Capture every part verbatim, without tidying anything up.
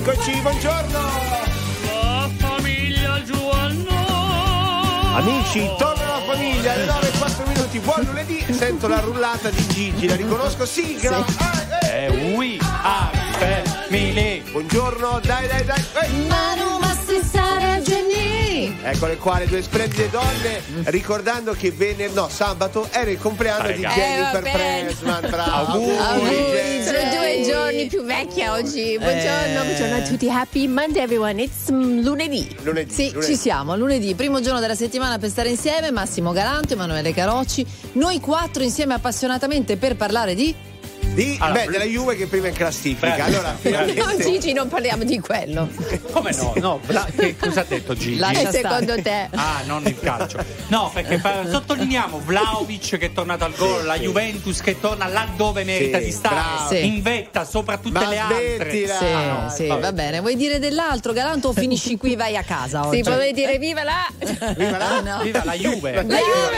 Eccoci, buongiorno. La famiglia Giovanna. Amici, torna la famiglia alle nove e quattro minuti. Buon lunedì. Sento la rullata di Gigi, la riconosco. Sigla. Sì. Ah, eh. Eh, we are family. Buongiorno, dai, dai, dai. Eh. Manu Massissara Geni. Eccole qua le due splendide donne, ricordando che venerdì, no, sabato era il compleanno Ragazzi. di Jennifer Eh, Pressman. Bravo. Auguri. Auguri, sono due giorni più vecchia oggi. Buongiorno, Eh. buongiorno a tutti. Happy Monday everyone. It's mm, lunedì. Lunedì. Sì, lunedì. ci siamo, lunedì, primo giorno della settimana per stare insieme, Massimo Galanto, Emanuele Carocci, noi quattro insieme appassionatamente per parlare di... Di, Allora, beh, della Juve che è prima in classifica. Bravo. Allora, finalmente. No, Gigi, non parliamo di quello. Come no? No, Vla- che cosa ha detto Gigi? Lascia E secondo te? Ah, non il calcio. No, perché pa- sottolineiamo Vlahovic che è tornato al gol, la Juventus che torna laddove merita Sì, di stare, bravo. Sì. in vetta sopra tutte Ma le altre. smettila. Sì, Ah, no, sì, vabbè. va bene. Vuoi dire dell'altro, Galanto, o finisci qui, vai a casa oggi? Sì, potrei dire viva la. Viva la- No. Viva la Juve. La Juve.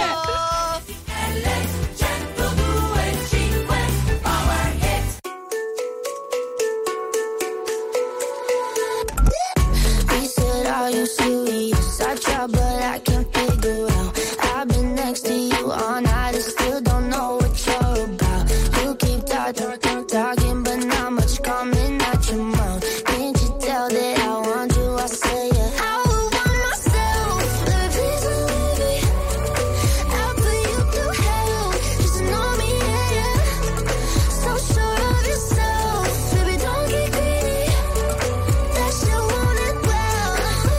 He said, are you serious? I try, but I can't figure out. I've been next to you all night and still don't know what you're about. You keep talking, talk, talking, but not much coming out your mouth. Can't you tell that I want you? I say yeah. I would want myself. Let me please believe it. I'll put you through hell. Just know me, yeah, yeah. So sure of yourself. Baby, don't get greedy. That shit won't end well.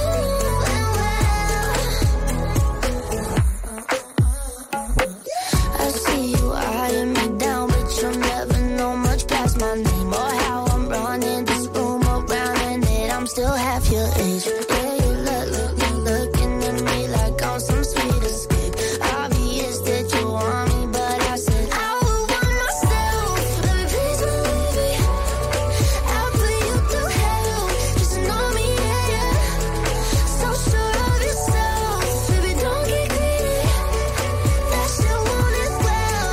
I see you eyeing me down, but you'll never know much past my name or how I'm running this room around and that I'm still half your age. Yeah, you look, look, you looking at me like I'm some sweet escape. Obvious that you want me, but I said I would want myself. Let me please believe it. I'll put you through hell. Just know me, yeah, yeah. So sure of yourself, baby, don't get greedy. That shit won't end well.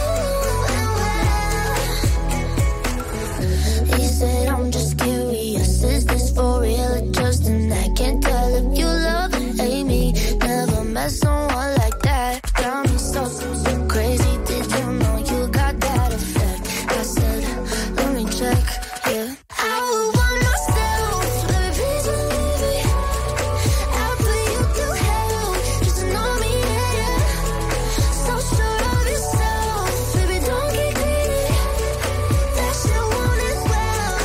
He said, I'm just curious, is this for real or just an act? Can't tell if you love or hate me. Never met someone like that. Got me so, so, so crazy. Did you know you got that effect? I said, let me check, yeah. I would want myself. Let me please believe it. I'll put you through hell. Just know me, yeah, yeah. So sure of yourself. Baby, don't get greedy. That shit won't end well.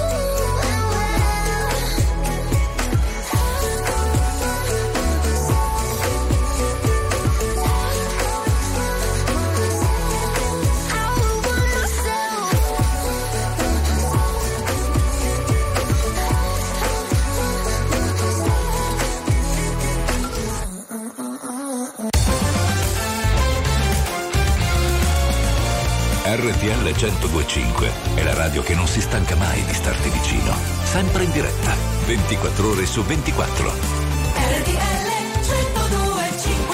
I would want myself. R T L centodue e cinque è la radio che non si stanca mai di starti vicino. Sempre in diretta, ventiquattro ore su ventiquattro. R T L centodue e cinque.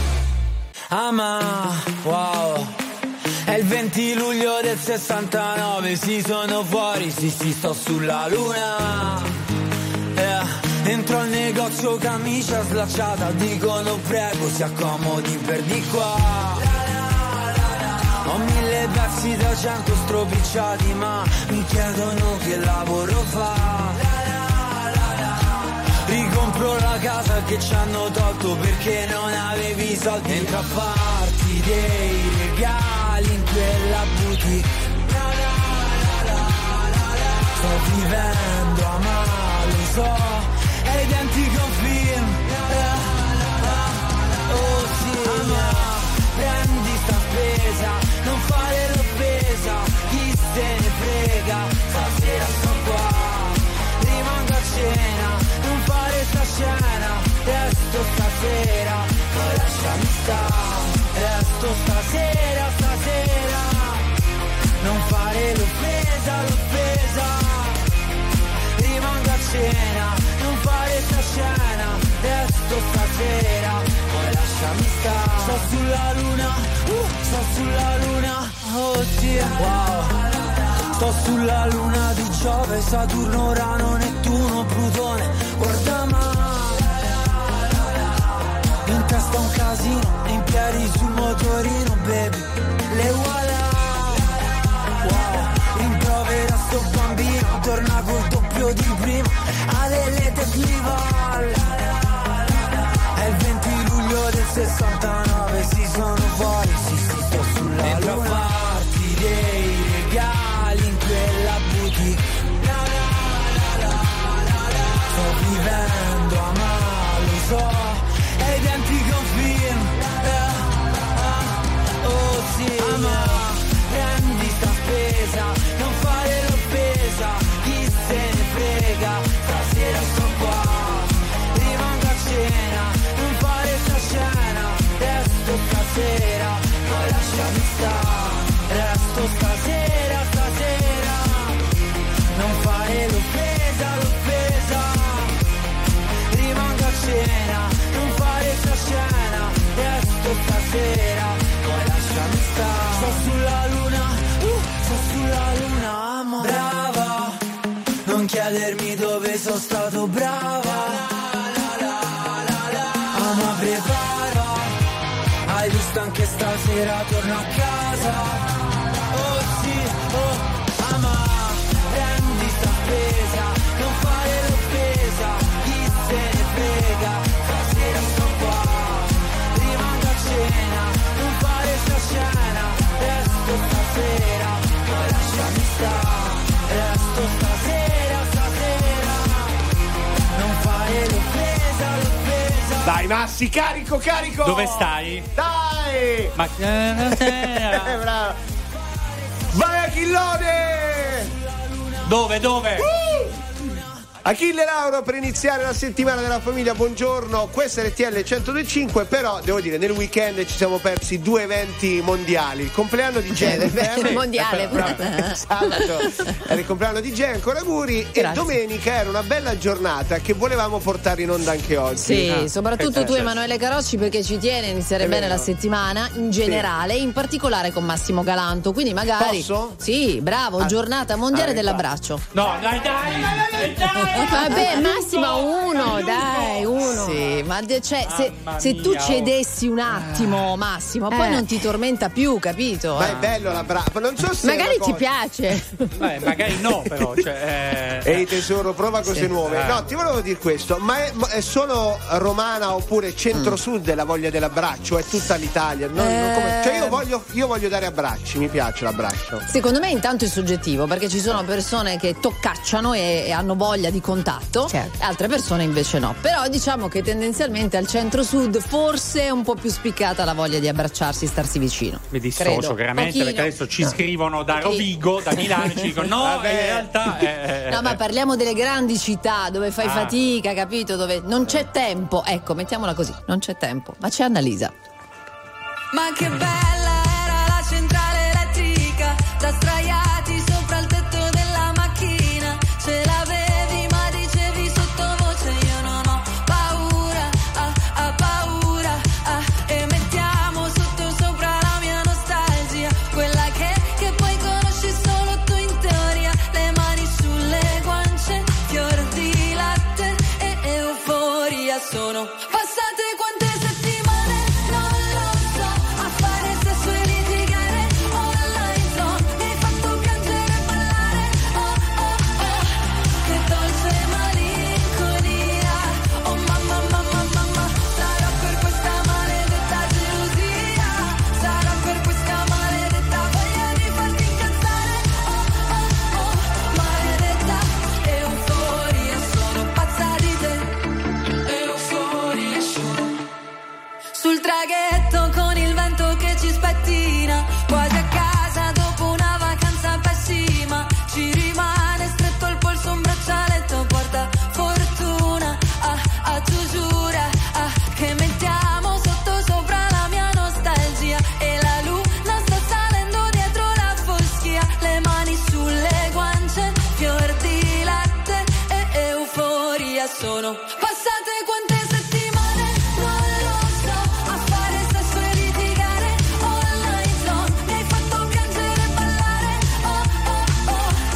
Ama, wow. È il venti luglio del sessantanove, sì sono fuori, sì sì sto sulla luna. Yeah. Entro al negozio, camicia slacciata, dicono prego si accomodi per di qua. Ho mille pezzi da cento stropicciati, ma mi chiedono che lavoro fa. Ricompro la casa che ci hanno tolto perché non avevi soldi. Entra a farti dei regali in quella boutique. Sto vivendo a male, lo so, è identico a un film. Oh sì, ma prendi sta spesa, non fare l'offesa, chi se ne frega, stasera sto qua, rimango a cena, non fare sta scena, resto stasera, poi lasciami stare, resto stasera, stasera, non fare l'offesa, l'offesa, rimango a cena, non fare sta scena, resto stasera, poi lasciami stare. Sto sulla luna, uh, sto sulla luna, oh sì, wow. Sto sulla luna di Giove, Saturno, Urano, Nettuno, Plutone. Guarda male, in testa un casino, in piedi sul motorino, baby. Le voilà, wow. Rimprovera sto bambino, torna col doppio di prima. Adelete Flival. È il venti luglio del sessantanove, si sono fuori, sì sì sto sulla luna. A farti dei regali in quella boutique. Sto vivendo a male, lo so, e i tempi confinano. Oh sì, ma prendi sta spesa, non fare l'offesa, chi se ne frega, stasera sto qua, rimango a cena, non fare sta scena, resto stasera, poi lasciami stare, resto stasera, stasera, non fare l'offesa, l'offesa, rimango a cena, non fare sta scena, resto stasera, poi lasciami stare. Sto sulla luna, uh, sto sulla luna, amo. Brava, non chiedermi dove sono stato, brava. Ama, prepara, hai visto anche stasera torno a casa. Oh sì, oh, ama, prendi sta spesa, non fare l'offesa, chi se ne frega, stasera sto qua, rimango a cena, non fare sta scena, resto stasera, poi lasciami stare, resto stasera, stasera, non fare l'offesa, l'offesa. Dai Massi, carico, carico! Dove stai? Dai! Ma Eh, bravo. Vai Achillone! dove, dove? Achille Lauro per iniziare la settimana della famiglia, buongiorno, questa è R T L centodue e cinque, però devo dire nel weekend ci siamo persi due eventi mondiali, il compleanno di Jennifer, Eh, mondiale. esatto, era il compleanno di Jen, ancora auguri, e Grazie. domenica era una bella giornata che volevamo portare in onda anche oggi. Sì, Ah, soprattutto che tu c'è? Emanuele Carocci, perché ci tiene a iniziare È bene vero. la settimana in generale, in particolare con Massimo Galanto, quindi magari Posso? Sì, bravo, Ah. giornata mondiale Ah, dell'abbraccio. No, dai, dai, dai. Vabbè, massimo uno, dai, uno. Sì, ma de- cioè, se, Mamma se tu mia, oh. cedessi un attimo, Massimo, poi Eh. non ti tormenta più, capito? Ma è bello l'abbraccio, non so se è Magari una ti cosa- piace. Beh, magari no, però. Cioè, eh, Ehi tesoro, prova cose nuove. Ah. No, ti volevo dire questo, ma è, ma è solo romana oppure centro-sud la voglia dell'abbraccio? È tutta l'Italia? Non- non come- cioè io voglio, io voglio dare abbracci, mi piace l'abbraccio. Secondo me intanto è soggettivo, perché ci sono persone che toccacciano e, e hanno voglia di contatto, Certo. e altre persone invece no. Però diciamo che tendenzialmente al centro-sud forse è un po' più spiccata la voglia di abbracciarsi e starsi vicino. mi dissocio Credo. chiaramente, Pochino. perché adesso ci scrivono da Pochino. Rovigo, da Milano, e ci dicono no, Vabbè. in realtà eh, No, ma parliamo delle grandi città dove fai Ah. fatica, capito? Dove non c'è tempo. Ecco, mettiamola così, non c'è tempo. Ma c'è Annalisa. Ma che bella era la centrale elettrica, da sdraiati sopra il tetto della macchina. Ce l'avevi ma dicevi sottovoce io non ho paura, ah, ah, paura, ah. E mettiamo sotto sopra la mia nostalgia, quella che, che poi conosci solo tu in teoria. Le mani sulle guance, fior di latte e euforia. Sono passate quante settimane, non lo so, a fare sesso e litigare online zone. Mi hai fatto piangere e ballare, oh oh oh, che dolce malinconia. Oh mamma mamma mamma, sarà per questa maledetta gelosia, sarà per questa maledetta voglia di farti incazzare, oh oh oh, maledetta euforia. Sono pazza di te, euforia sono. Sul traghetto con il vento che ci spettina, quasi a casa dopo una vacanza pessima. Ci rimane stretto il polso, un braccialetto porta fortuna. Ah, ah, tu giura, ah, che mettiamo sotto sopra la mia nostalgia. E la luna sta salendo dietro la foschia. Le mani sulle guance, fior di latte e euforia. Sono passate quante settimane, non lo so, a fare sesso e litigare online zone. Mi hai fatto piangere e ballare, oh oh oh,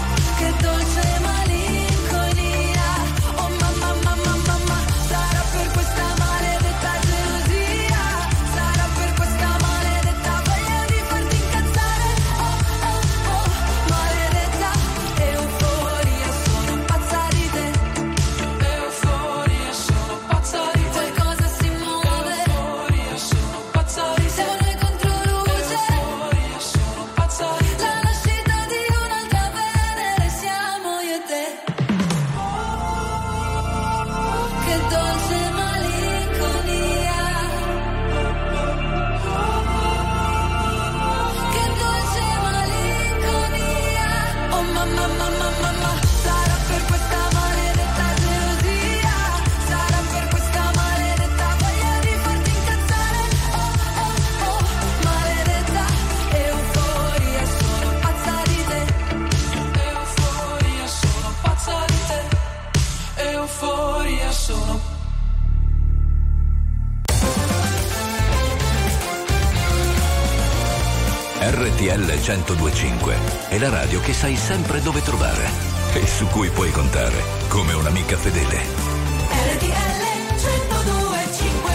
R T L centodue e cinque è la radio che sai sempre dove trovare e su cui puoi contare come un'amica fedele. R T L centodue e cinque.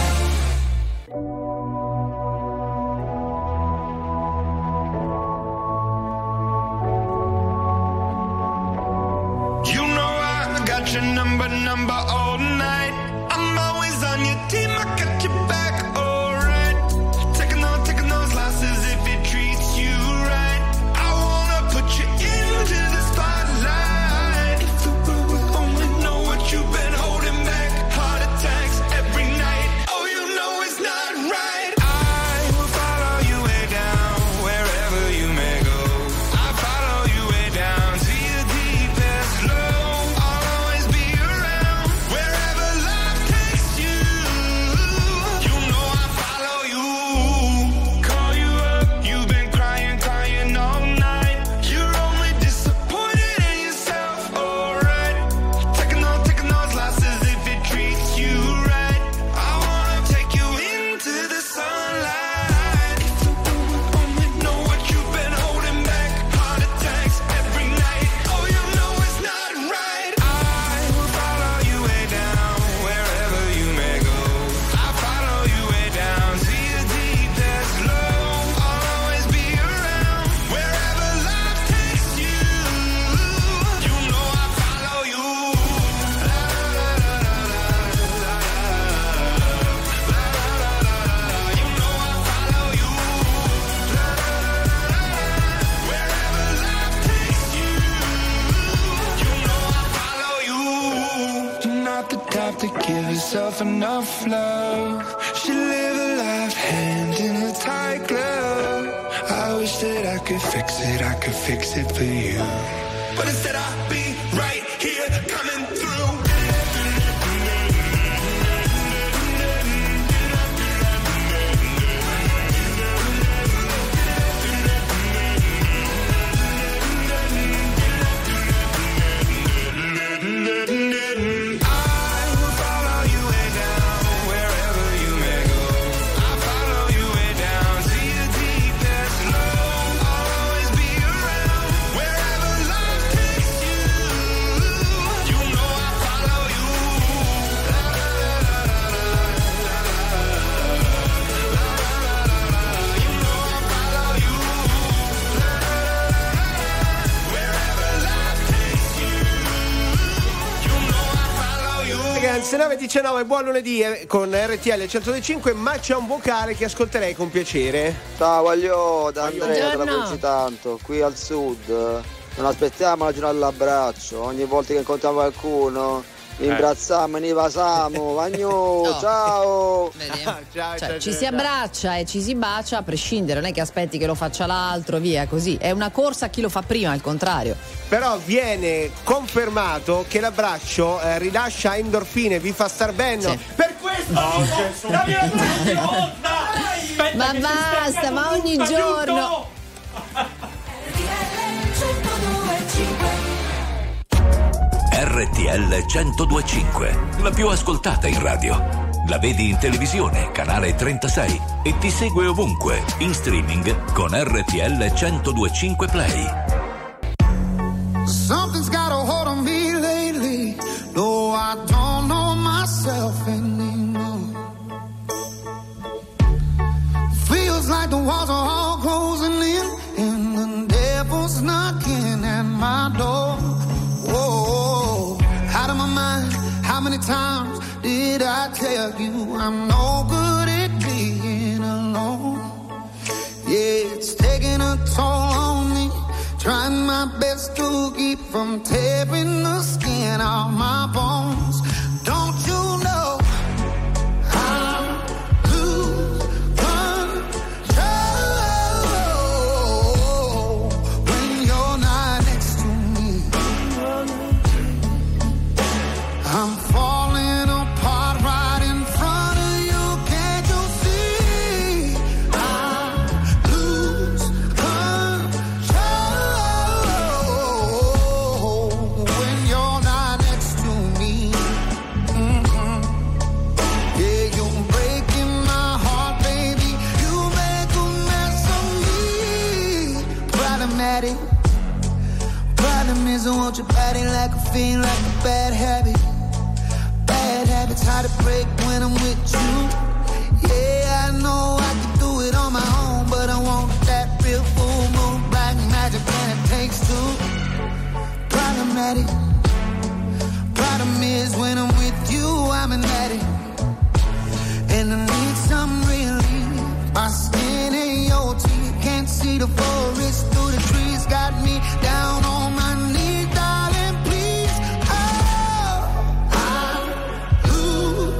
You know I got your number, number all night. I'm always on your team, I got your back, alright. Taking on, taking those losses if it treats you right. I wanna put you into the spotlight. If the world would only know what you've been holding back. Heart attacks every night. Oh, you know it's not right. I will follow you way down, wherever you may go. I follow you way down to your deepest low. I'll always be around, wherever life takes you. You know I follow you. Call you up, you've been crying, crying all night. You're only disappointed in yourself, alright. Taking on, taking those losses if it treats you right. I wanna take you into the sunlight. If the world would only know what you've been holding back. Heart attacks every night. Oh, you know it's not right. I will follow you way down, wherever you may go. I follow you way down to your deepest low. I'll always be around, wherever life takes you. You know I follow you. La la la la la la la. You know I follow you. La la la la la. Wherever life takes you. You know I follow you. You're not the type to give yourself enough love. Should live a life hand in a tight glove. I wish that I could fix it, I could fix it for you. But instead I'll be right here coming through. I will follow you way down, wherever you may go. I follow you way down to your deepest low. I'll always be around, wherever life takes you. You know I follow you. La la la la la la la la. You know I follow you. La la la la la. Wherever life takes you. You know I follow you. Ragazzi, nove e diciannove, buon lunedì eh, con R T L centodue e cinque, ma c'è un vocale che ascolterei con piacere. Ciao, voglio da Andrea, te la Buongiorno. pensi tanto, qui al sud. Non aspettiamo la giornata dell'abbraccio, ogni volta che incontriamo qualcuno, imbracciamo, ne pasamo, vagno, ciao! Vedi? Ciao, ciao, Cioè, ciao, ci ciao, si ciao. abbraccia e ci si bacia a prescindere, non è che aspetti che lo faccia l'altro, via, così. È una corsa a chi lo fa prima, al contrario. Però viene confermato che l'abbraccio eh, rilascia endorfine, vi fa star bene. Sì. Per questo dico, la mia prossima volta! Aspetta Ma che si basta, stacca ma tutto, ogni giorno. R T L centodue e cinque, la più ascoltata in radio. La vedi in televisione, canale trentasei, e ti segue ovunque, in streaming con R T L centodue e cinque Play. Something's got a hold on me lately. No, I don't know myself anymore. Feels like the walls are all closing in, and the devil's knocking at my door. Whoa, out of my mind. How many times did I tell you I'm no good at being alone? Yeah, it's taking a toll on me. Trying my best to keep from tearing the skin off my bones. Don't you know I lose control when you're not next to me? I'm falling apart right in front of you. Can't you see? I lose control when you're not next to me. Problem is I want your body like a fiend, like a bad habit. Bad habits hard to break when I'm with you. Yeah, I know I can do it on my own, but I want that real full moon, black magic, and it takes two. Problematic. Problem is when I'm with you, I'm an addict, and I need some relief. My skin ain't your teeth, can't see the forest through the trees. Got me down on my knees, darling, please. Oh, I lose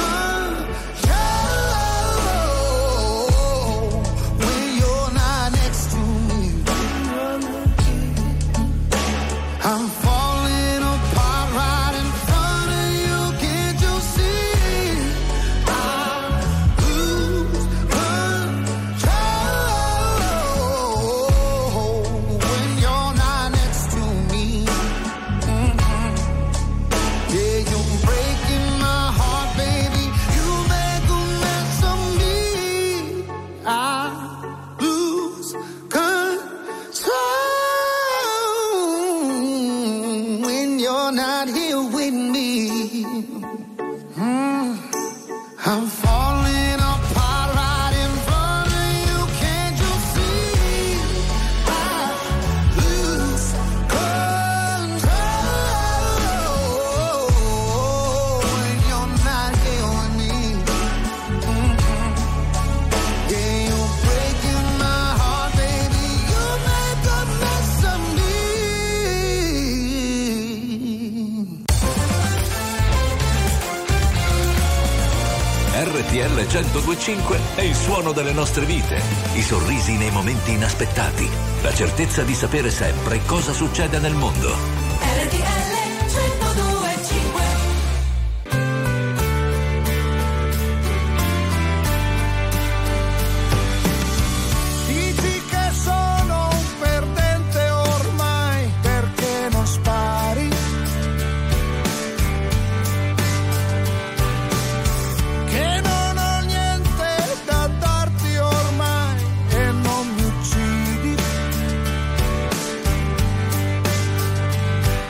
control when you're not next to me. I'm falling apart right in front of you, can't you see? I lose control when you're not next to me. Mhm. Yeah, you're breaking my heart, baby. You make a mess of me. I lose control when you're not here with me. Mm. I'm falling apart right in front of you, can't you see? I lose control when you're not here with me. Mhm. Yeah, you're breaking my heart, baby. You make a mess of me. R T L centodue e cinque è il suono delle nostre vite, i sorrisi nei momenti inaspettati, la certezza di sapere sempre cosa succede nel mondo. R T L centodue e cinque. Dici che sono un perdente ormai, perché non spari? Che non ho niente da darti ormai e non mi uccidi.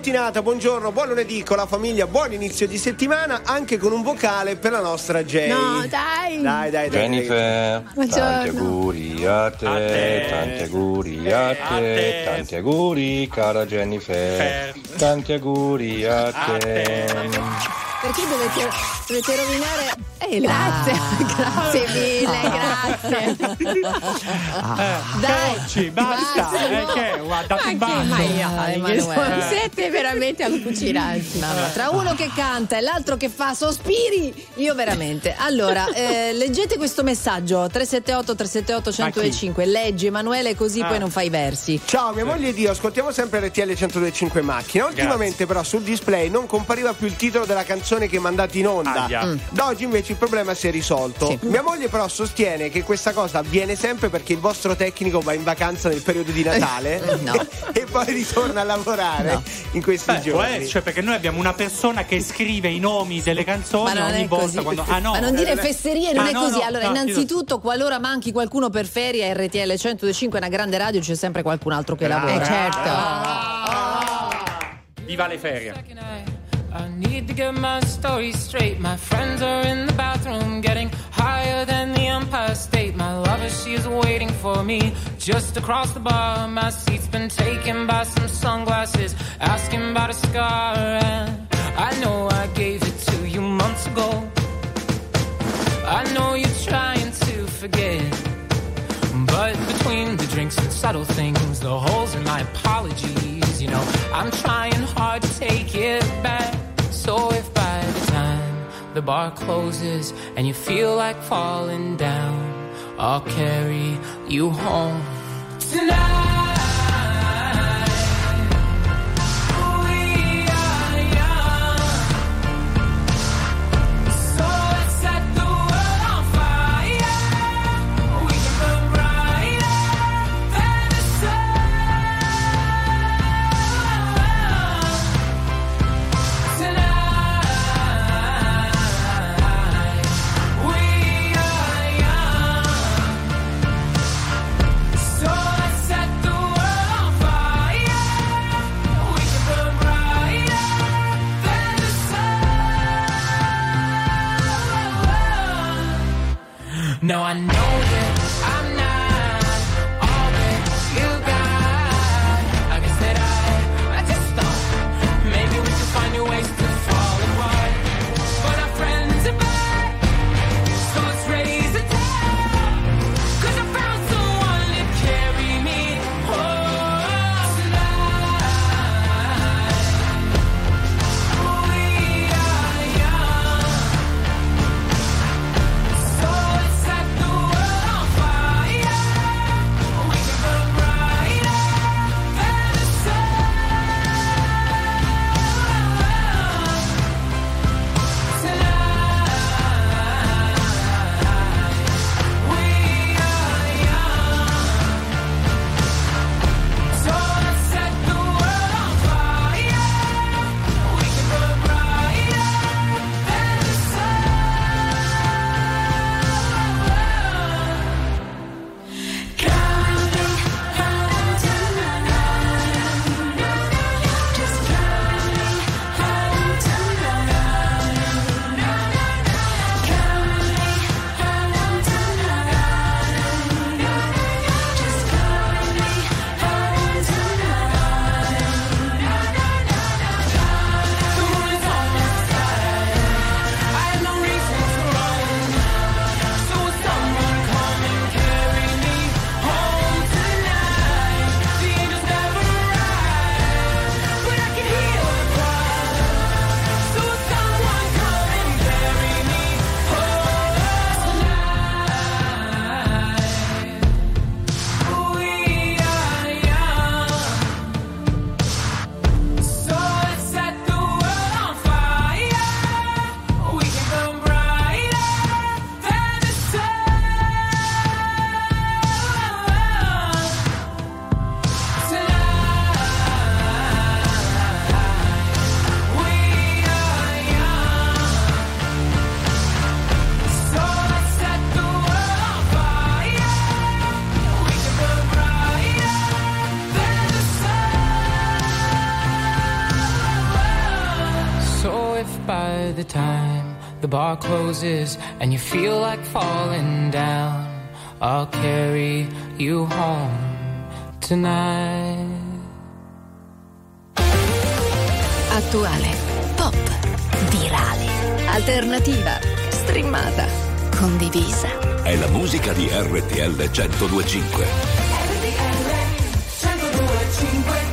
mattinata, buongiorno, buon lunedì con la famiglia, buon inizio di settimana, anche con un vocale per la nostra Jay. No, dai. Dai, dai, dai. Jennifer, Buongiorno. tanti auguri a te, A te. tanti auguri a A te, te. tanti auguri cara Jennifer, Per. tanti auguri a A te. te. Perché dovete, dovete rovinare. Eh, grazie, Ah. grazie mille, grazie. Eh, Dai, Oggi basta, basta, eh, no. che guardate Ma in che basso. maiali, Emanuele. siete veramente allucinanti. Mamma, tra uno che canta e l'altro che fa sospiri, io veramente. Allora, eh, leggete questo messaggio tre sette otto tre sette otto uno zero due cinque. Leggi Emanuele, così Ah. poi non fai i versi. Ciao, mia moglie ed io ascoltiamo sempre R T L centodue e cinque in macchina. Ultimamente però sul display non compariva più il titolo della canzone che mandate in onda. Aia. Mm. Da oggi invece il problema si è risolto. Sì. Mia moglie però sostiene che questa cosa avviene sempre perché il vostro tecnico va in vacanza nel periodo di Natale No. e poi ritorna a lavorare No. in questi Beh, può giorni. essere, cioè, perché noi abbiamo una persona che scrive i nomi delle canzoni Ma non ogni è volta così. quando... Ah no, Ma non dire eh, fesserie, non ah, è no, così. no, Allora, no, innanzitutto, qualora manchi qualcuno per ferie, R T L centodue e cinque è una grande radio, c'è sempre qualcun altro che lavora. Eh, certo. viva le ferie. I need to get my story straight. My friends are in the bathroom getting higher than the Empire State. My lover, she is waiting for me just across the bar. My seat's been taken by some sunglasses, asking about a scar. And I know I gave it to you months ago. I know you're trying to forget, but between the drinks and subtle things, the holes in my apologies, you know, I'm trying hard to take it back. So if by the time the bar closes and you feel like falling down, I'll carry you home tonight. Now I know that I'm not all that you got. I guess that I, I just thought maybe we could find new ways to fall apart. But our friends are back, so let's raise a toast. 'Cause I found someone to carry me home tonight. We are young, so let's set the world by the time the bar closes and you feel like falling down, I'll carry you home tonight. Attuale, pop, virale, alternativa, streamata, condivisa. È la musica di R T L centodue e cinque. R T L centodue e cinque.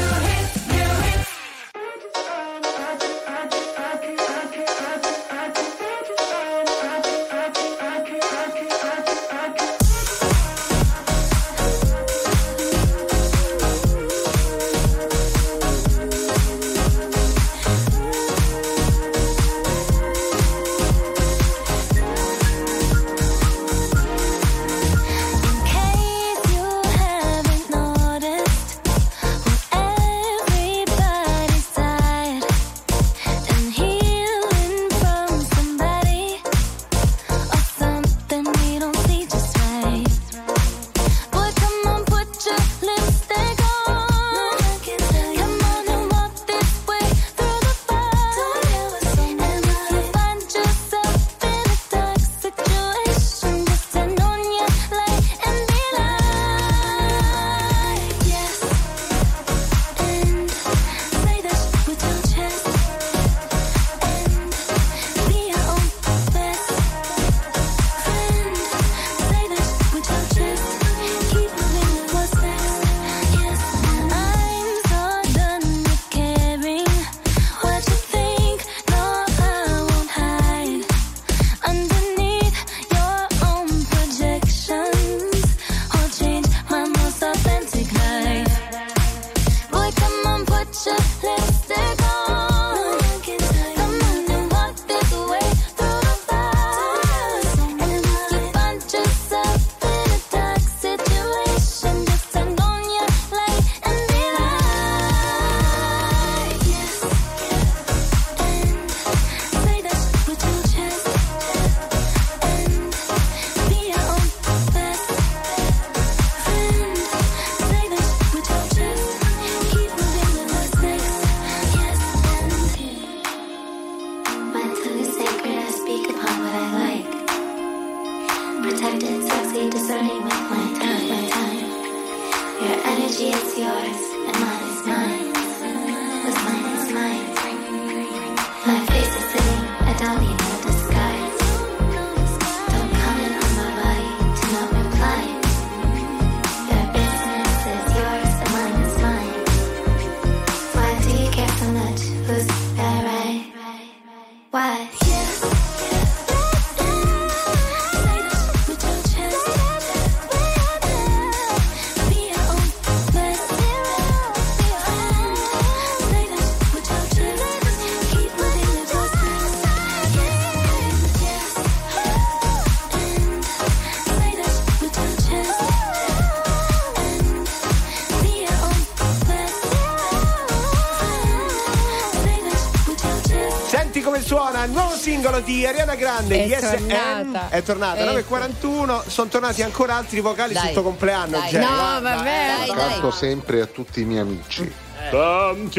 Suona il nuovo singolo di Ariana Grande, è Yes tornata. and è tornata È nove e quarantuno, sono tornati ancora altri vocali Dai. sul tuo compleanno, Dai. Jenny. No, Vai, vabbè, vai. dai, Canto sempre a tutti i miei amici. Tanti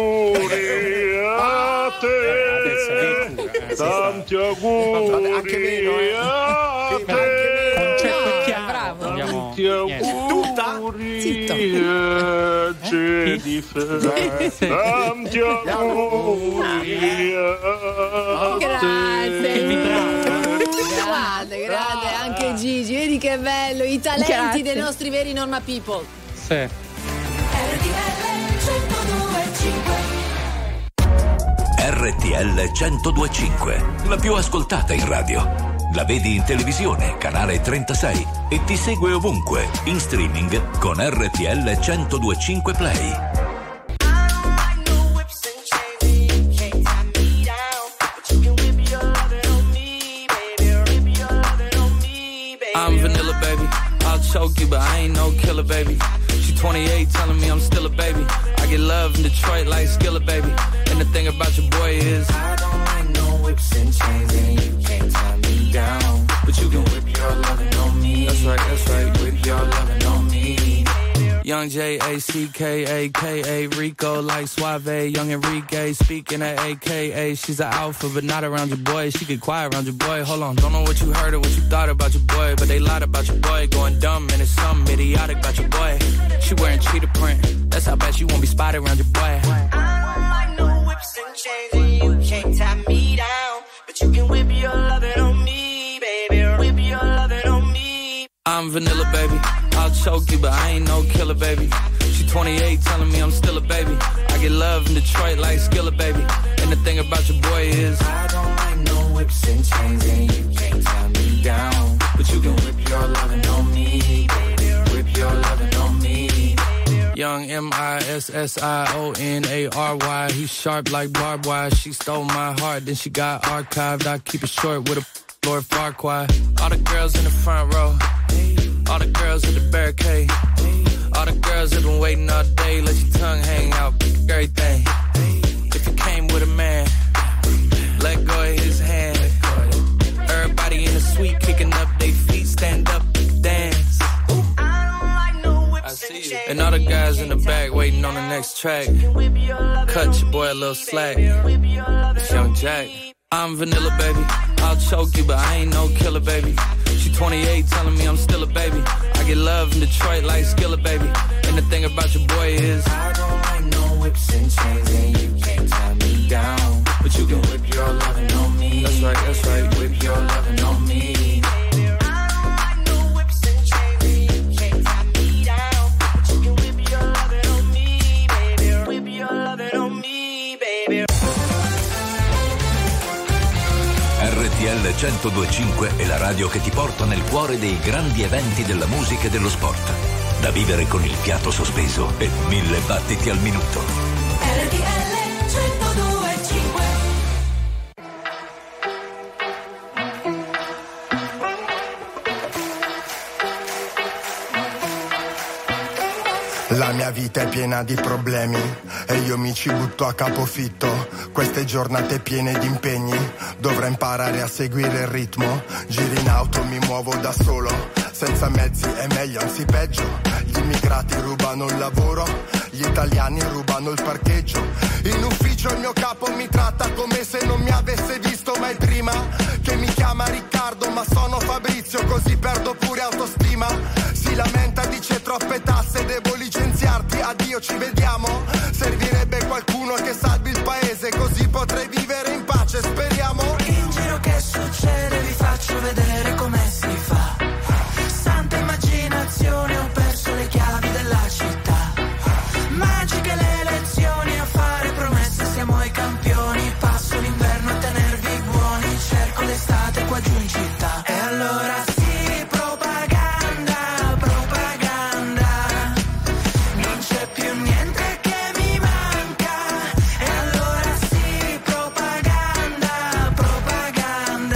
auguri a te, tanti auguri anche meno, eh. a Sì, te, Bravo. tanti auguri a Jennifer, tanti auguri a Grazie. Grande, grande, anche Gigi, vedi che bello, i talenti Grazie. dei nostri veri Norma People. Sì. R T L centodue e cinque, la più ascoltata in radio. La vedi in televisione, canale trentasei, e ti segue ovunque, in streaming con R T L centodue e cinque Play. I'm vanilla, baby. I'll choke you, but I ain't no killer, baby. She twenty-eight, telling me I'm still a baby. I get love in Detroit like Skillet, baby. And the thing about your boy is I don't like no whips and chains, and you can't tie me down. But you can whip your lovin' on me. That's right, that's right, whip your lovin' on me. Young J A C K A K A Rico like Suave. Young Enrique speaking at A K A. She's an alpha but not around your boy. She get quiet around your boy. Hold on, don't know what you heard or what you thought about your boy, but they lied about your boy. Going dumb and it's something idiotic about your boy. She wearing cheetah print. That's how bad she won't be spotted around your boy. I don't like no whips and chains and you can't tie me down, but you can whip your lovin' on me, baby. Whip your lovin' on me. I'm vanilla, baby. I'll choke you, but I ain't no killer, baby. She twenty-eight, telling me I'm still a baby. I get love in Detroit like Skillet, baby. And the thing about your boy is I don't like no whips and chains and you can't tie me down, but you can whip your lovin' on me, baby. Whip your lovin' on me. Young M I S S I O N A R Y. He's sharp like barbed wire. She stole my heart, then she got archived. I keep it short with a Lord Farquaad. All the girls in the front row, all the girls at the barricade, all the girls have been waiting all day. Let your tongue hang out, everything. If you came with a man, let go of his hand. Everybody in the suite kicking up their feet, stand up, dance. I see you. And all the guys in the back waiting on the next track. Cut your boy a little slack. It's Young Jack. I'm vanilla, baby. I'll choke you, but I ain't no killer, baby. She twenty-eight, telling me I'm still a baby. I get love in Detroit like Skillet, baby. And the thing about your boy is I don't like no whips and chains and you can't tie me down, but you can whip your lovin' on me. That's right, that's right. Whip your lovin' on me. I don't like no whips and chains and you can't tie me down, but you can whip your lovin' on me, baby. Whip your lovin' on me, baby. R T L centodue e cinque è la radio che ti porta nel cuore dei grandi eventi della musica e dello sport. Da vivere con il fiato sospeso e mille battiti al minuto. R T L centodue e cinque. La mia vita è piena di problemi e io mi ci butto a capofitto. Queste giornate piene di impegni, dovrò imparare a seguire il ritmo. Giro in auto, mi muovo da solo, senza mezzi è meglio, anzi peggio. Gli immigrati rubano il lavoro, gli italiani rubano il parcheggio. In ufficio il mio capo mi tratta come se non mi avesse visto mai prima. Che mi chiama Riccardo ma sono Fabrizio, così perdo pure autostima. Si lamenta, dice troppe tasse, devo licenziarti, addio ci vediamo. Servirebbe qualcuno che salvi il paese, così potrei vivere in pace, speriamo. In giro che succede vi faccio vedere come si fa. Santa immaginazione, ho perso le chiavi della città. Magiche le elezioni, a fare promesse siamo i campioni. Passo l'inverno a tenervi buoni, cerco l'estate qua giù in città. E allora sì, propaganda, propaganda, non c'è più niente che mi manca. E allora sì, propaganda, propaganda,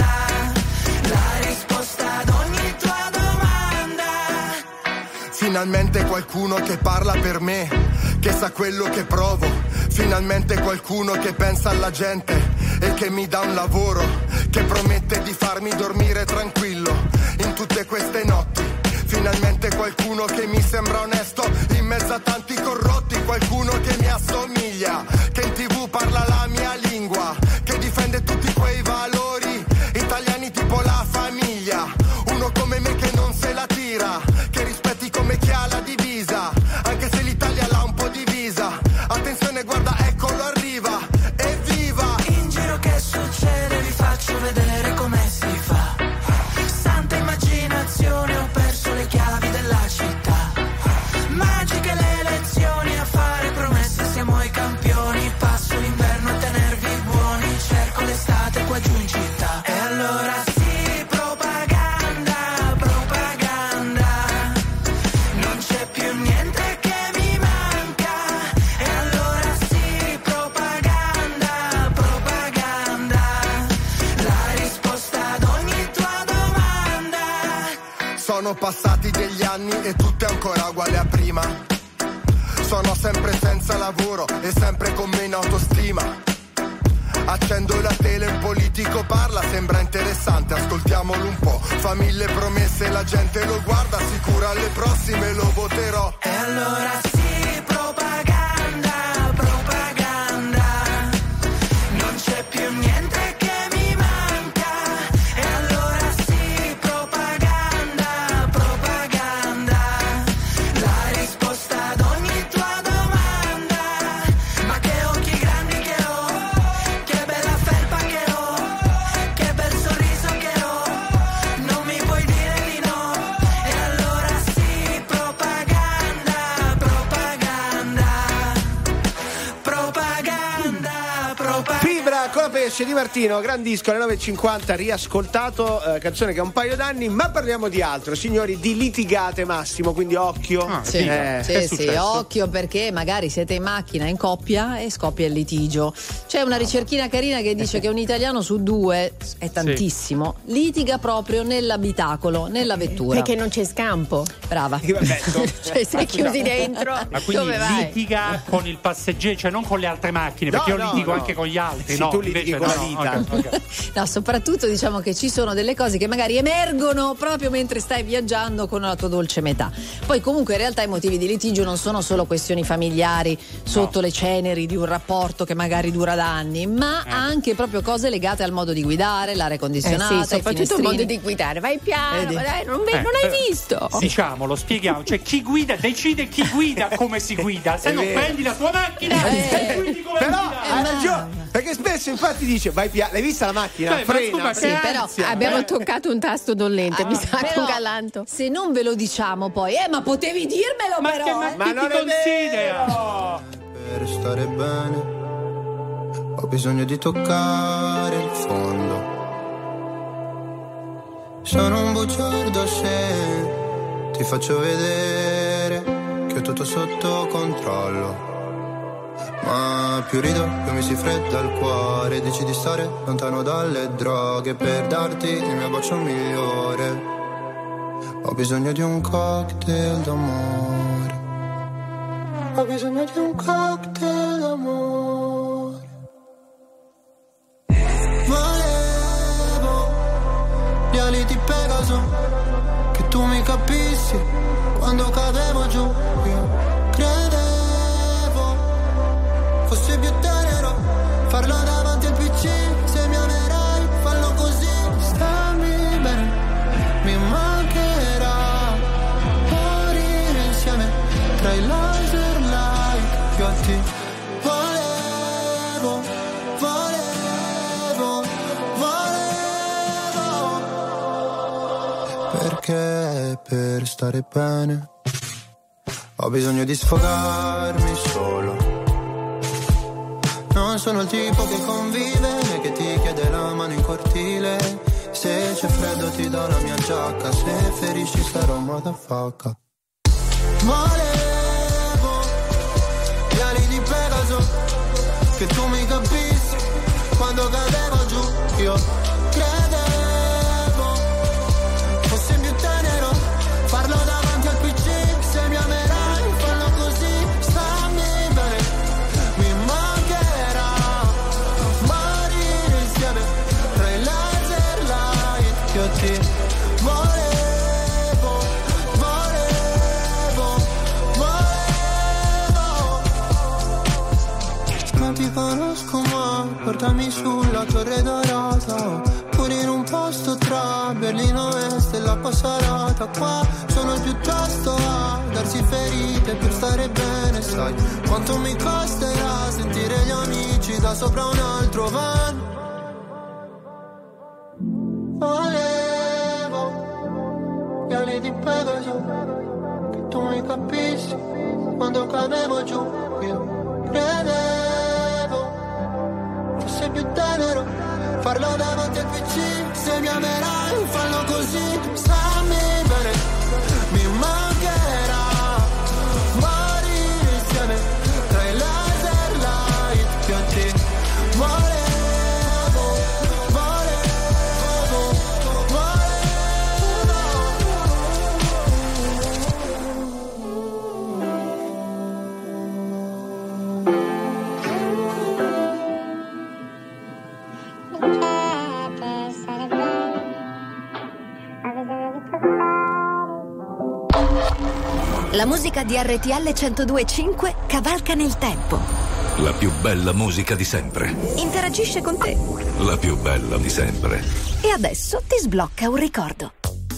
la risposta ad ogni tua domanda. Finalmente qualcuno che parla per me, che sa quello che provo. Finalmente qualcuno che pensa alla gente e che mi dà un lavoro, che promette di farmi dormire tranquillo in tutte queste notti. Finalmente qualcuno che mi sembra onesto in mezzo a tanti corrotti. Qualcuno che mi assomiglia, che in tv parla la mia lingua, che difende tutti quei valori italiani tipo la famiglia. Uno come me che non se la tira, che rispetti come chi ha la divisa, anche se l'Italia l'ha un po' divisa. Attenzione, guarda, eccolo arriva, evviva! In giro che succede vi faccio vedere come si fa. Santa immaginazione, ho perso le chiavi della città. Magiche le elezioni, a fare promesse siamo i campioni. Passo l'inverno a tenervi buoni, cerco l'estate qua giù in città. E allora sì, propaganda, propaganda, non c'è più niente che mi manca. E allora sì, propaganda, propaganda, la risposta ad ogni tua domanda. Sono passati degli anni e tutto è ancora uguale a prima. Sono sempre senza lavoro e sempre con meno autostima. Accendo la tele, un politico parla, sembra interessante, ascoltiamolo un po'. fa mille promesse, la gente lo guarda, sicura alle prossime lo voterò. E allora sì, propaganda, propaganda, non c'è più niente che mi manca. E allora sì, propaganda, propaganda, la risposta ad ogni tua domanda. Ma che occhi grandi che ho, che bella felpa che ho, che bel sorriso che ho, non mi puoi dire di no. E allora sì, propaganda, propaganda, propaganda, propaganda. Fibra con la pesce di Martino, gran disco alle nove e cinquanta, riascoltato, eh, canzone che ha un paio d'anni, ma parliamo di altro, signori, di litigate Massimo, quindi occhio. Ah, sì, Eh, sì, che è sì, successo? occhio, perché magari siete in macchina in coppia e scoppia il litigio. C'è una ricerchina carina che dice che un italiano su due, è tantissimo, litiga proprio nell'abitacolo, nella vettura. Perché non c'è scampo. Brava. Cioè, sei chiusi dentro. Ma quindi Dove vai? litiga con il passeggero, cioè non con le altre macchine, perché No, io no, litigo no. anche con gli altri. Sì, no, tu litighi invece con no, la no, vita. ok, ok. No, soprattutto diciamo che ci sono delle cose che magari emergono proprio mentre stai viaggiando con la tua dolce metà. Poi comunque in realtà i motivi di litigio non sono solo questioni familiari sotto le ceneri di un rapporto che magari dura da anni, ma Eh. anche proprio cose legate al modo di guidare, l'aria Eh condizionata, sì, i soprattutto il finestrini. modo di guidare. Vai piano, Vedi? ma dai, non, ve- Eh, non hai però- visto? Diciamolo, spieghiamo, cioè chi guida decide chi guida come si guida, se È no vero. prendi la tua macchina Eh. e guidi come Però guida. hai ragione, perché spesso infatti dice vai piano, l'hai vista la macchina? Dai, ma Frena. scusa, Sì, che però ansia, abbiamo eh. toccato un tasto dollente, mi sa che Però, un galanto. se non ve lo diciamo poi, eh ma potevi dirmelo Ma però. che ma, eh. Ma chi non ti è considera? vero! Per stare bene ho bisogno di toccare il fondo. Sono un bugiardo se ti faccio vedere che ho tutto sotto controllo. Ma più rido, più mi si fredda il cuore. Dici di stare lontano dalle droghe per darti il mio bacio migliore. Ho bisogno di un cocktail d'amore. Ho bisogno di un cocktail d'amore. Volevo gli ali di Pegaso, che tu mi capissi quando cadevo giù. Io credevo fosse più tenero farlo davanti al P C. Se mi amerai, fallo così. Stammi bene, mi mancherà morire insieme tra i laser light. Io a te volevo, volevo, volevo. Perché per stare bene ho bisogno di sfogarmi solo. Non sono il tipo che convive né che ti chiede la mano in cortile. Se c'è freddo ti do la mia giacca, se ferisci sarò un motherfucker. Volevo gli ali di Pegaso, che tu mi capissi quando cadevo giù. Io credevo fosse più tenero farlo davanti al P C. Se mi amerai, fallo così. Stammi bene, mi mancherà morire insieme tra i laser light. Io ti volevo, volevo, volevo. Non ti conosco ma portami sulla torre dorata, pure in un posto tra Berlino Est e la Passarata. Qua sono piuttosto a darsi ferite per stare bene. Sai quanto mi costerà sentire gli amici da sopra un altro van. Volevo gli ali di Pegaso, che tu mi capissi quando cadevo giù. Io credevo fosse più tenero farlo davanti al P C. Se mi amerai, fallo così. Stammi bene, mi mancherà morire insieme tra i laser light. Io a te volevo, volevo, volevo. La musica di R T L centodue e cinque cavalca nel tempo. La più bella musica di sempre. Interagisce con te. La più bella di sempre. E adesso ti sblocca un ricordo.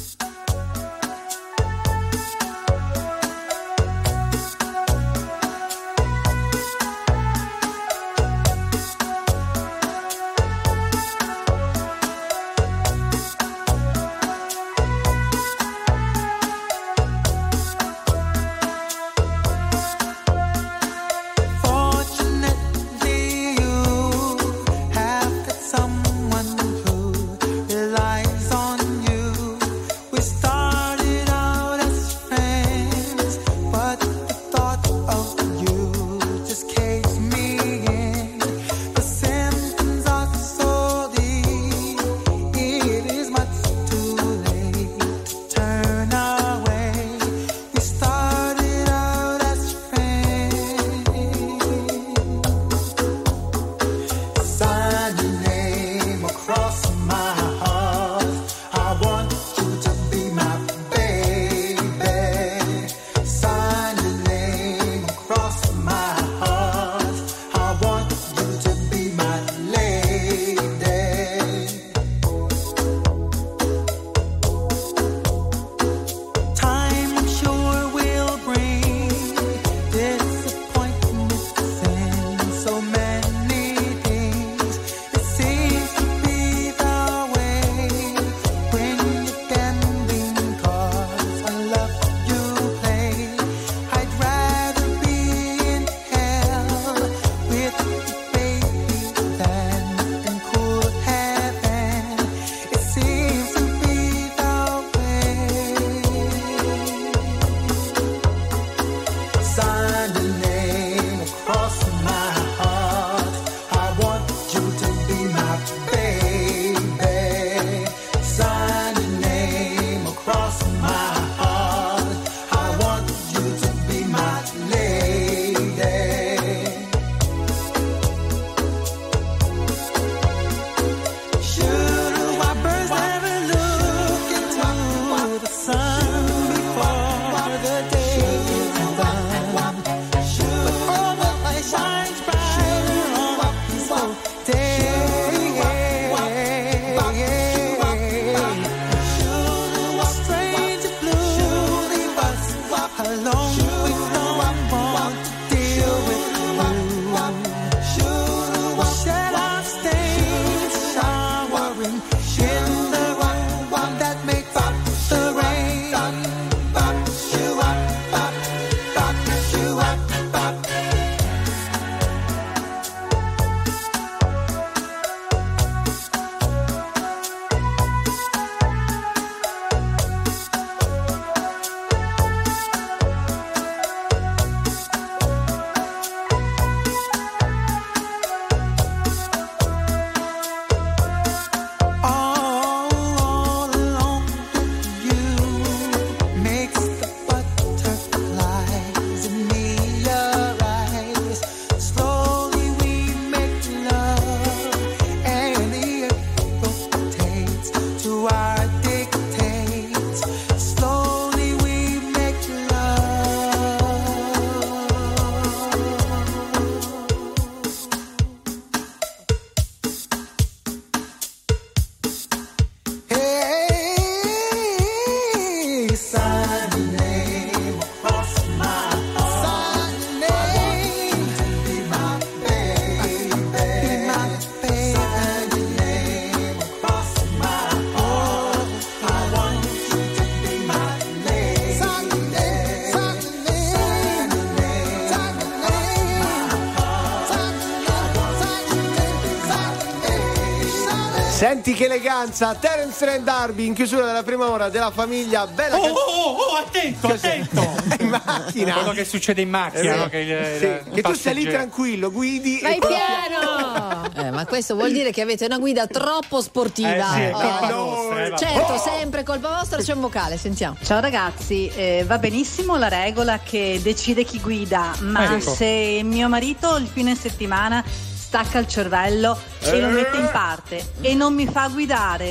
Senti che eleganza, Terence Trent D'Arby in chiusura della prima ora della famiglia. Bella oh, can- oh, oh, attento, attento. In macchina. Quello che succede in macchina, Eh, no? Che, il- sì, il che tu stai lì passeggero. tranquillo, guidi Vai e poi- piano! Eh, ma questo vuol dire che avete una guida troppo sportiva. Eh sì, è colpa Eh, nostra, eh, vabbè. certo, Oh! sempre colpa vostra. C'è un vocale, sentiamo. Ciao ragazzi, eh, va benissimo la regola che decide chi guida, ma Ecco. se mio marito il fine settimana stacca il cervello e lo Eh. mette in parte e non mi fa guidare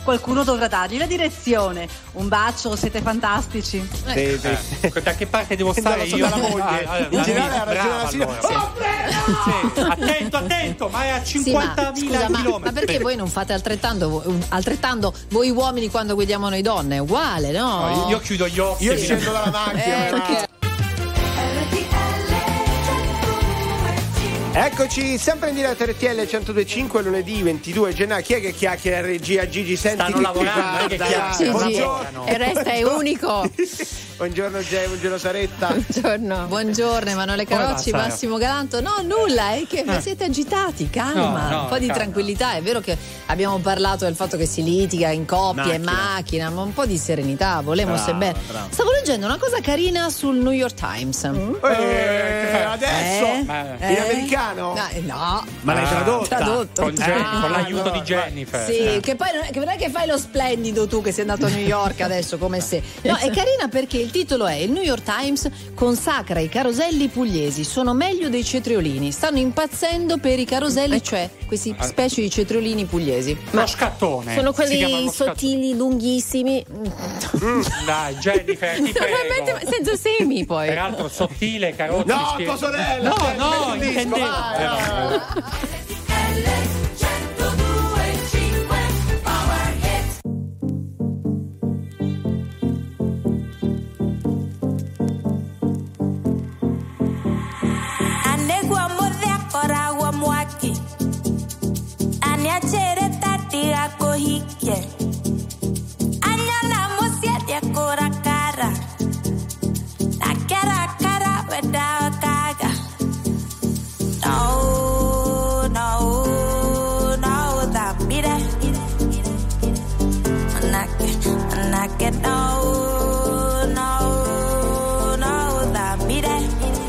qualcuno dovrà dargli la direzione. Un bacio, siete fantastici. Sì, sì. Eh, da che parte devo stare Non lo so, io? dalla moglie. Ah, allora, In generale ha ragione brava, la signora. allora. Oh, prego! Sì, attento, attento, ma è a Sì, ma, cinquantamila scusa, ma, chilometri. ma perché voi non fate altrettanto, vo- altrettanto voi uomini quando guidiamo noi donne? È uguale, no? No, io, io chiudo gli occhi. Io e mi- scendo dalla macchina. Eh, perché- Eccoci sempre in diretta R T L centodue e cinque lunedì ventidue gennaio. Chi è che chiacchiera in regia? Gigi, senti Stanno che lavorando, guarda, non è che dai. chiacchierano. Gigi, Buongiorno. e resta è unico. Buongiorno Gei, buongiorno Saretta. Buongiorno. Buongiorno Emanuele Come va, Carocci, Sara? Massimo Galanto. No, nulla, è che Eh. siete agitati, calma, No, no, un po' di calma. tranquillità. È vero che abbiamo parlato del fatto che si litiga in coppia e Macchina. macchina, ma un po' di serenità, volemos Brava, e bene. brava. Stavo leggendo una cosa carina sul New York Times. Eh, adesso Eh? in Eh? americano? No, eh, no. Ma l'hai Ah, tradotta? tradotto. Con, Gen- Ah, con l'aiuto allora, di Jennifer. Sì, Eh. che poi non è, che non è che fai lo splendido tu che sei andato a New York adesso come se. No, è carina perché il titolo è: il New York Times consacra i caroselli pugliesi, sono meglio dei cetriolini, stanno impazzendo per i caroselli, cioè questi specie di cetriolini pugliesi. Lo scattone. Sono Si chiama quelli lo scattone. sottili, lunghissimi. Mm, dai, Jennifer, ti Veramente, prego. senza semi poi. Peraltro sottile, carota. No, tua sorella! No, Dai, no, metti il disco, intendevo. vai, vai, vai. Anegua mordea coragua muaki. Aniachere tatia kohike. Anyana mosia dia kora cara. Na cara cara weda kaga. No, no, no, da mire. Anake, anake, no, no, no, da mire.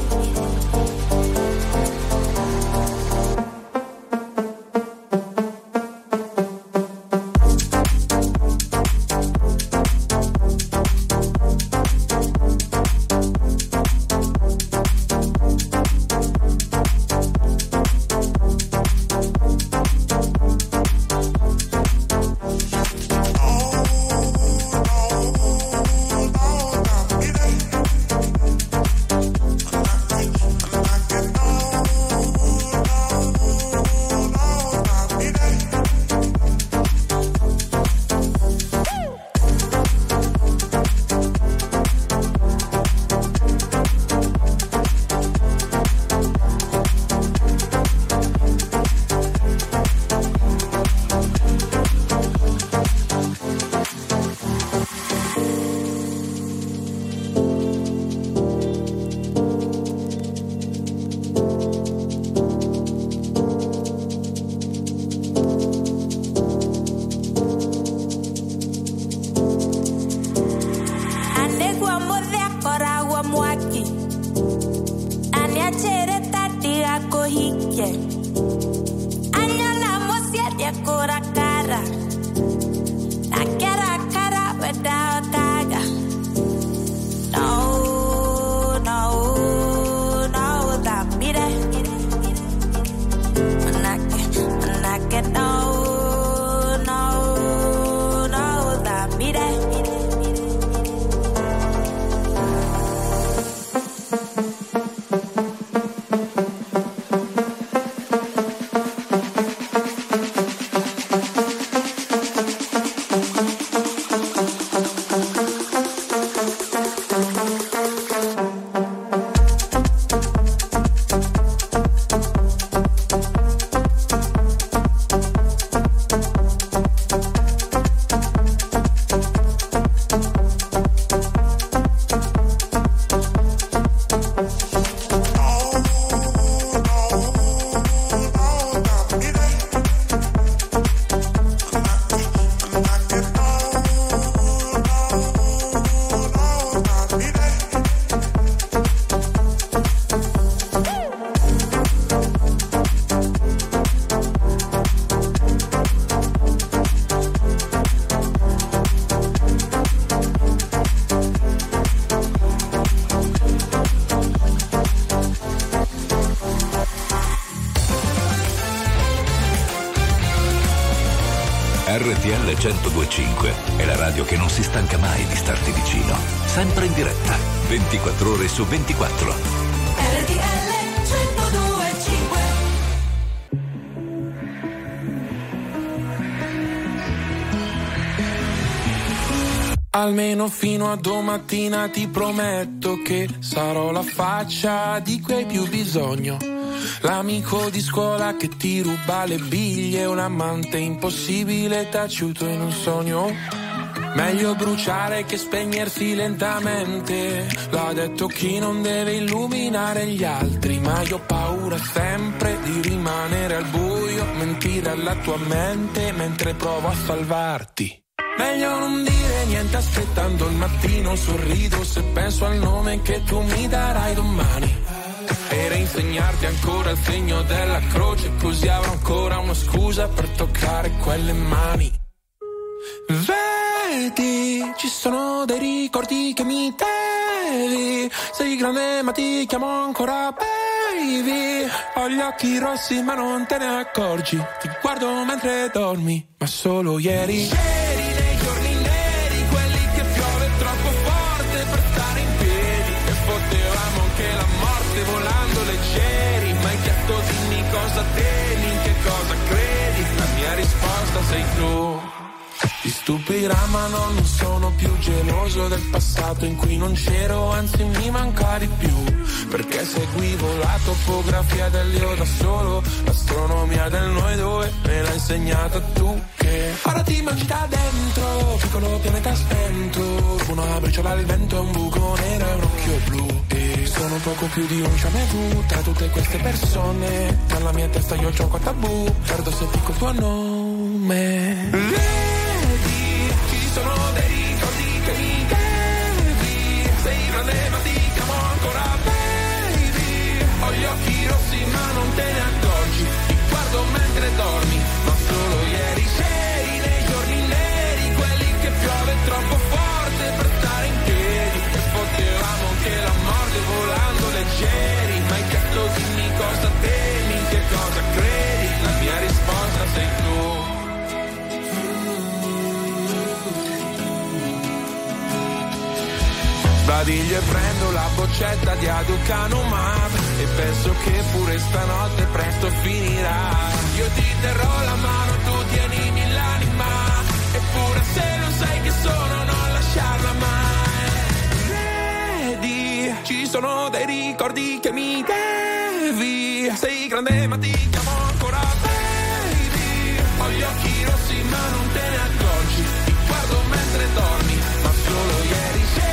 Anegua mordea coragua muaki. Aniachere tatia kohike. Anyana mosia dia kora cara. Na cara cara weda kaga. No, no, no, da mire. Manake, manake, no, no, no, da mire. R T L centodue e cinque è la radio che non si stanca mai di starti vicino. Sempre in diretta, ventiquattro ore su ventiquattro. R T L centodue e cinque. Almeno fino a domattina ti prometto che sarò la faccia di cui hai più bisogno. L'amico di scuola che ti ruba le biglie, un amante impossibile taciuto in un sogno. Meglio bruciare che spegnersi lentamente, l'ha detto chi non deve illuminare gli altri. Ma io ho paura sempre di rimanere al buio, mentire alla tua mente mentre provo a salvarti. Meglio non dire niente aspettando il mattino, sorrido se penso al nome che tu mi darai domani. E reinsegnarti ancora il segno della croce, così avrò ancora una scusa per toccare quelle mani. Vedi, ci sono dei ricordi che mi devi. Sei grande ma ti chiamo ancora baby. Ho gli occhi rossi ma non te ne accorgi. Ti guardo mentre dormi, ma solo ieri. Ieri nei giorni neri, quelli che piove troppo forte per stare in piedi. E potevamo anche la morte volando leggeri. Ma hai chiesto dimmi cosa temi, in che cosa credi. La mia risposta sei tu. Ti stupirà ma no, non sono più geloso del passato in cui non c'ero, anzi mi manca di più. Perché seguivo la topografia dell'io da solo, l'astronomia del noi due me l'ha insegnata tu. Che ora ti mangi da dentro, piccolo pianeta spento. Una briciola al vento, un buco nero e un occhio blu. E sono poco più di un jamais tra tutte queste persone. Nella mia testa io gioco a tabù, perdo se dico il tuo nome. Sono dei ricordi che mi devi. Sei grande ma ti chiamo ancora baby. Ho gli occhi rossi ma non te ne accorgi. Ti guardo mentre dormi, ma solo ieri. Sei nei giorni neri, quelli che piove troppo forte per stare in piedi. E potevamo anche la morte volando leggeri. Ma hai chiesto dimmi cosa temi, in che cosa credi. La mia risposta sei tu. Sbadiglio e prendo la boccetta di Aducanumab e penso che pure stanotte presto finirà. Io ti terrò la mano, tu tienimi l'anima, eppure se non sai che sono non lasciarla mai. Vedi, ci sono dei ricordi che mi devi. Sei grande ma ti chiamo ancora baby. Ho gli occhi rossi ma non te ne accorgi. Ti guardo mentre dormi, ma solo ieri.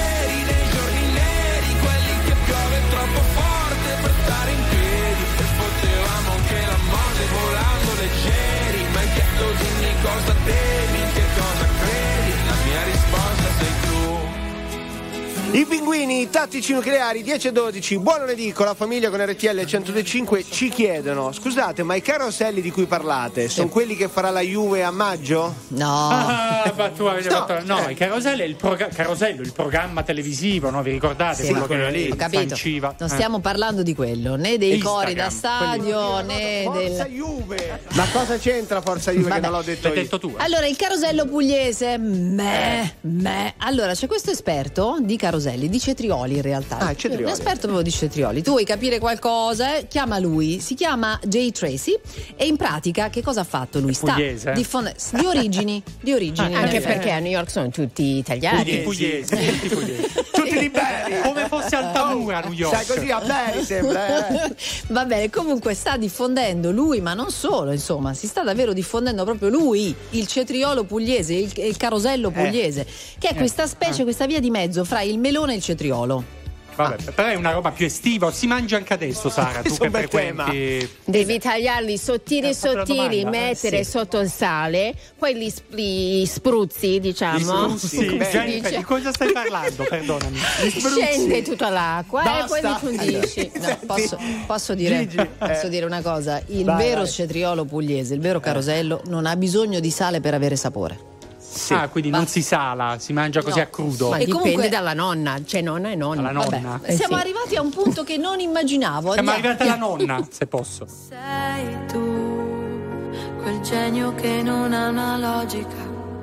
Troppo forte per stare in piedi. E potevamo anche la morte volando leggeri. Ma hai chiesto dimmi cosa temi, in che cosa credi. La mia risposta sei tu. I pinguini tattici nucleari dieci e dodici. Buon lunedì con la famiglia con R T L centodue e cinque. Ci chiedono: scusate, ma i caroselli di cui parlate sono quelli che farà la Juve a maggio? No. Ah, ma tu avete No, fatto, no, eh. il carosello è il, proga- carosello, il programma televisivo, no? Vi ricordate? Sì, quello ma- che lì ho capito. sanciva. Non Eh. stiamo parlando di quello, né dei Instagram, cori da stadio, né Forza del. Juve! Ma cosa c'entra Forza Juve Vabbè. che non l'ho detto L'hai io? detto tu. eh. Allora, il carosello pugliese, meh, meh. Allora, c'è questo esperto di caroselli, di cetrioli in realtà. Ah, cetrioli. Un esperto proprio di cetrioli. Tu vuoi capire qualcosa? Eh? Chiama lui, si chiama Jay Tracy e in pratica che cosa ha fatto lui? Sta pugliese? diffonde- di origini, di origini. in Anche effetti. perché a New York sono tutti italiani. Tutti pugliesi, tutti pugliesi. Tutti liberi! Come fosse Altamura a New York. Sai così a Bari sembra, eh? Va bene, comunque sta diffondendo lui, ma non solo, insomma, si sta davvero diffondendo proprio lui, il cetriolo pugliese, il, il carosello pugliese, che è questa specie, questa via di mezzo fra il melone e il cetriolo. Vabbè, però è una roba più estiva, si mangia anche adesso, Sara, tu Questo che è un bel frequenti. Devi tagliarli sottili Eh, ho fatto la sottili, domanda, eh, mettere sì. sotto il sale, poi li, sp- li spruzzi, diciamo. Sì, Come si Jennifer, dice? di cosa stai parlando? Perdonami. Scende tutta l'acqua e poi li Basta. fundisci. No, posso, posso dire, Gigi, posso eh. dire una cosa, il Vai, vero vai. cetriolo pugliese, il vero carosello non ha bisogno di sale per avere sapore. Ah, quindi non si sala, si mangia così No. a crudo. Ma E dipende comunque- dalla nonna, c'è nonna e nonna. Alla nonna. Eh, Siamo sì. arrivati a un punto che non immaginavo. Siamo Andiamo- arrivati alla nonna, se posso. Sei tu quel genio che non ha una logica.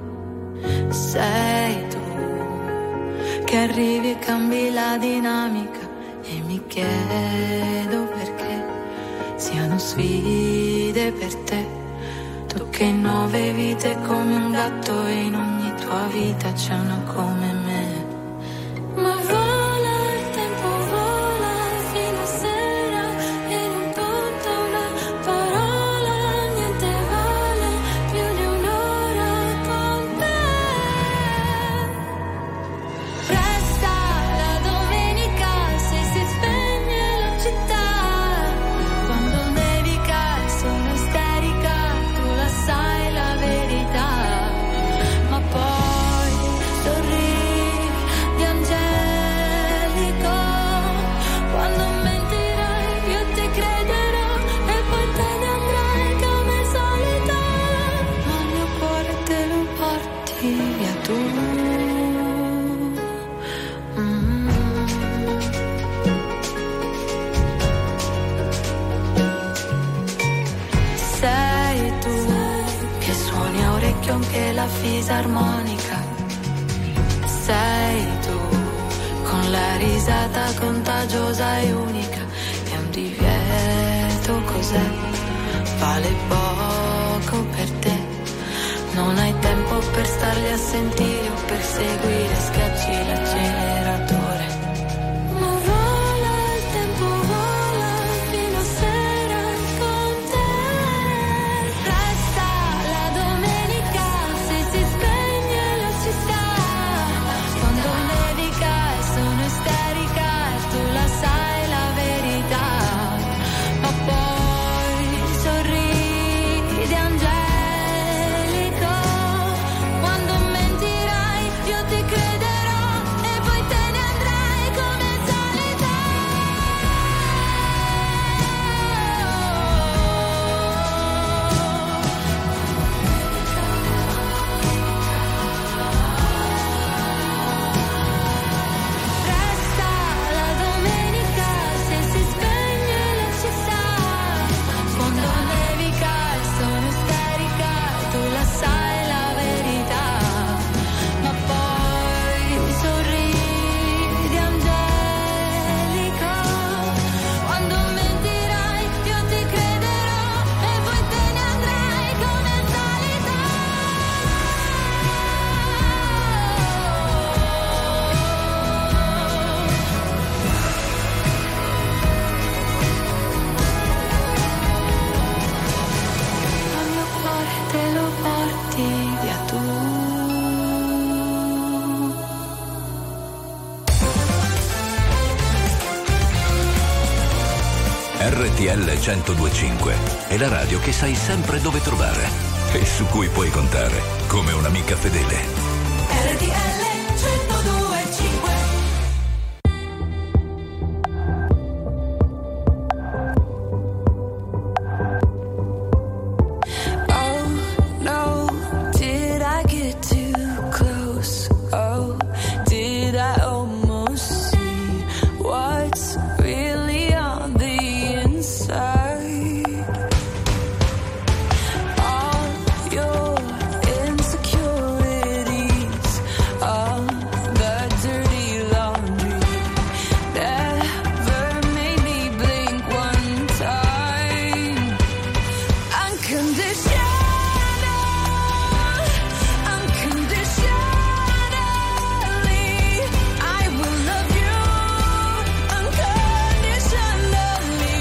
Sei tu che arrivi e cambi la dinamica e mi chiedo perché siano sfide per te. Tu che in nove vite come un gatto e in ogni tua vita c'è una come me. Ma vola il tempo, vola fino a sera e non conta una parola, niente vale più di un'ora con te. Resta la domenica se si spegne la città, quando nevica e sono isterica, tu la sai la verità, ma poi sorridi di angelico, quando mentirai io ti crederò e poi te ne andrai come solita, ma il mio cuore te lo porti via tu. Mm. Sei tu che suoni a orecchio anche la fisarmonica. Sei tu con la risata contagiosa e unica. È un divieto, cos'è? Vale poco per te. Non hai tempo per starli a sentire o per seguire, schiacci l'acceleratore. Ma vola il tempo, vola fino a sera con te. Resta la domenica se si spegne la città, quando nevica e sono isterica e tu la sai la verità, ma poi sorridi angelico, quando mentirai io ti crederò e poi te ne andrai come solita. Resta la domenica se si spegne la città, quando nevica e sono isterica tu la sai la verità, ma poi sorridi angelico, quando mentirai io ti crederò e poi te ne andrai come solita. Il mio cuore te lo porti via tu. R T L centodue e cinque è la radio che sai sempre dove trovare e su cui puoi contare come un'amica fedele. R T L centodue e cinque. Oh no, did I get too close? Oh, did I almost see what's really on the inside? All your insecurities, all the dirty laundry, never made me blink one time. Unconditional, unconditionally, I will love you unconditionally.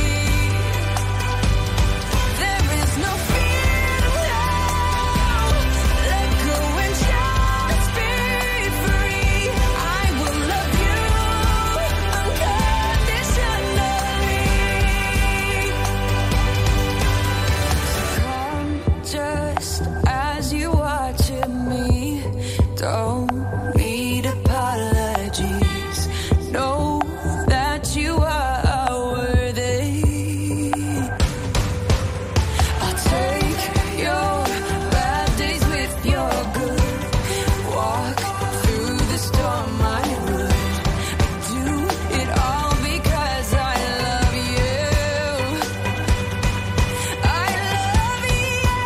There is no fear now. Let go and just be free. I will love you unconditionally. Come just as you watching me. Don't need apologies. Know that you are worthy. I'll take your bad days with your good. Walk through the storm, I would. Do it all because I love you. I love you.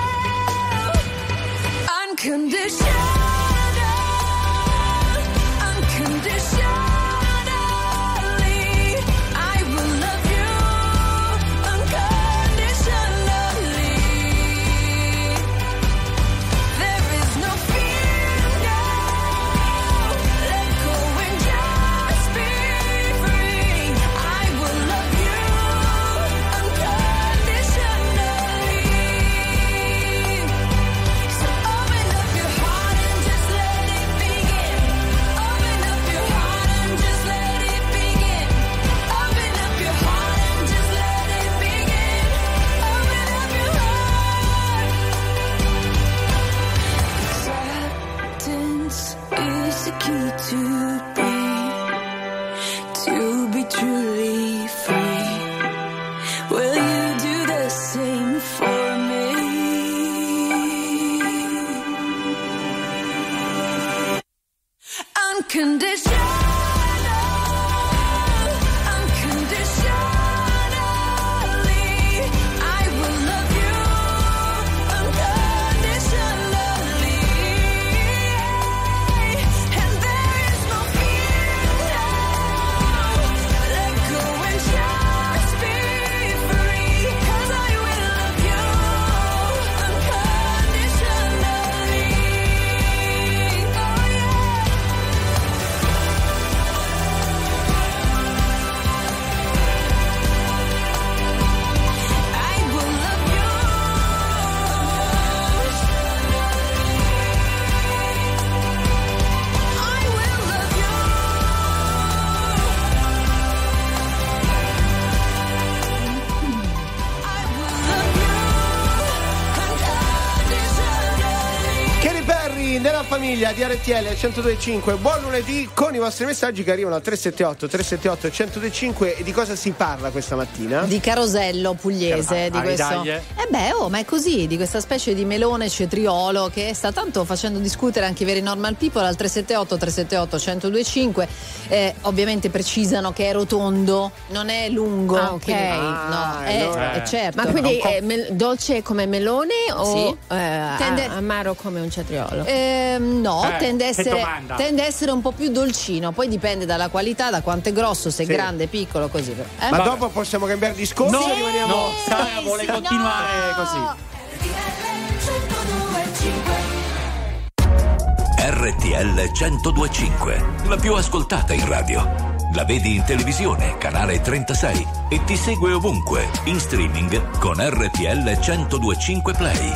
Nella famiglia di R T L centodue e cinque. Buon lunedì con i vostri messaggi che arrivano al tre sette otto tre sette otto centodue e cinque. E di cosa si parla questa mattina? Di Carosello pugliese, di questo. Eh beh, oh, ma è così, di questa specie di melone cetriolo che sta tanto facendo discutere anche i veri normal people al tre sette otto tre sette otto centodue e cinque. Eh, ovviamente precisano che è rotondo, non è lungo. Ah, ok. Quindi, Ah, no, è, allora. è certo. Ma quindi non è mel- dolce come melone o Sì. eh, Tende- a- amaro come un cetriolo? Ehm, no, Eh, tende, a che essere, domanda. tende a essere un po' più dolcino, poi dipende dalla qualità, da quanto è grosso, se è Sì. grande, piccolo, così. Eh? Ma dopo possiamo cambiare discorso? No, o rimaniamo... no, Sara vuole continuare così. R T L centodue e cinque, la più ascoltata in radio. La vedi in televisione, canale trentasei, e ti segue ovunque, in streaming con R T L centodue e cinque Play.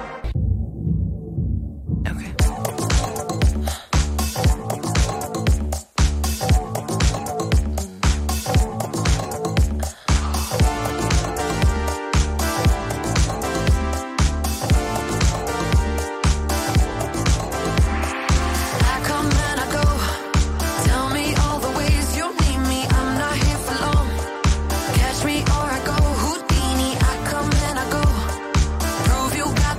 I come and I go. Tell me all the ways you need me. I'm not here for long. Catch me or I go Houdini. I come and I go. Prove you got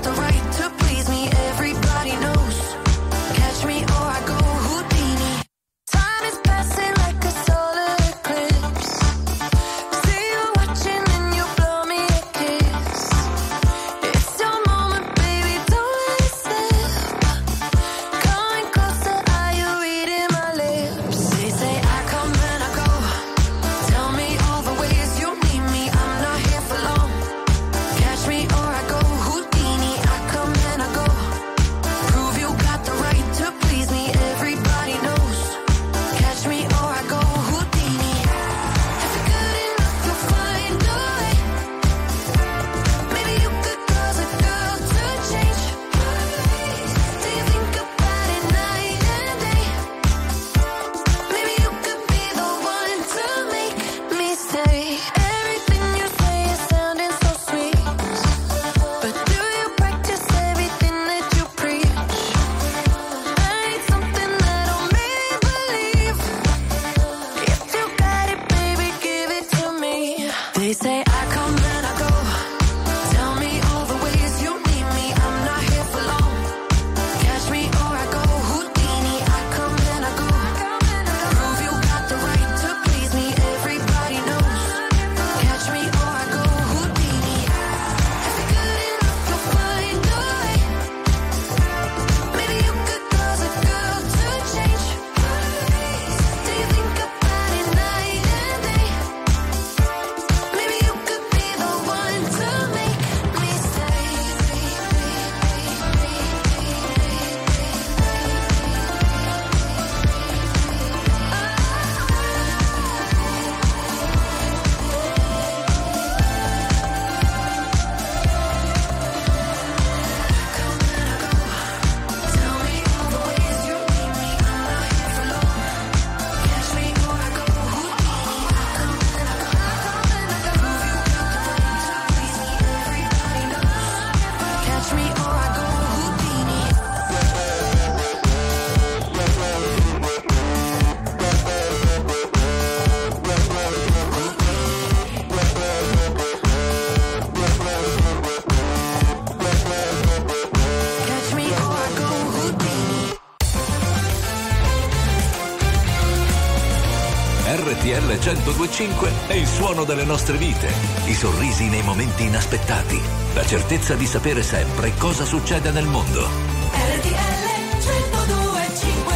T L centodue e cinque è il suono delle nostre vite, i sorrisi nei momenti inaspettati, la certezza di sapere sempre cosa succede nel mondo. R T L centodue e cinque.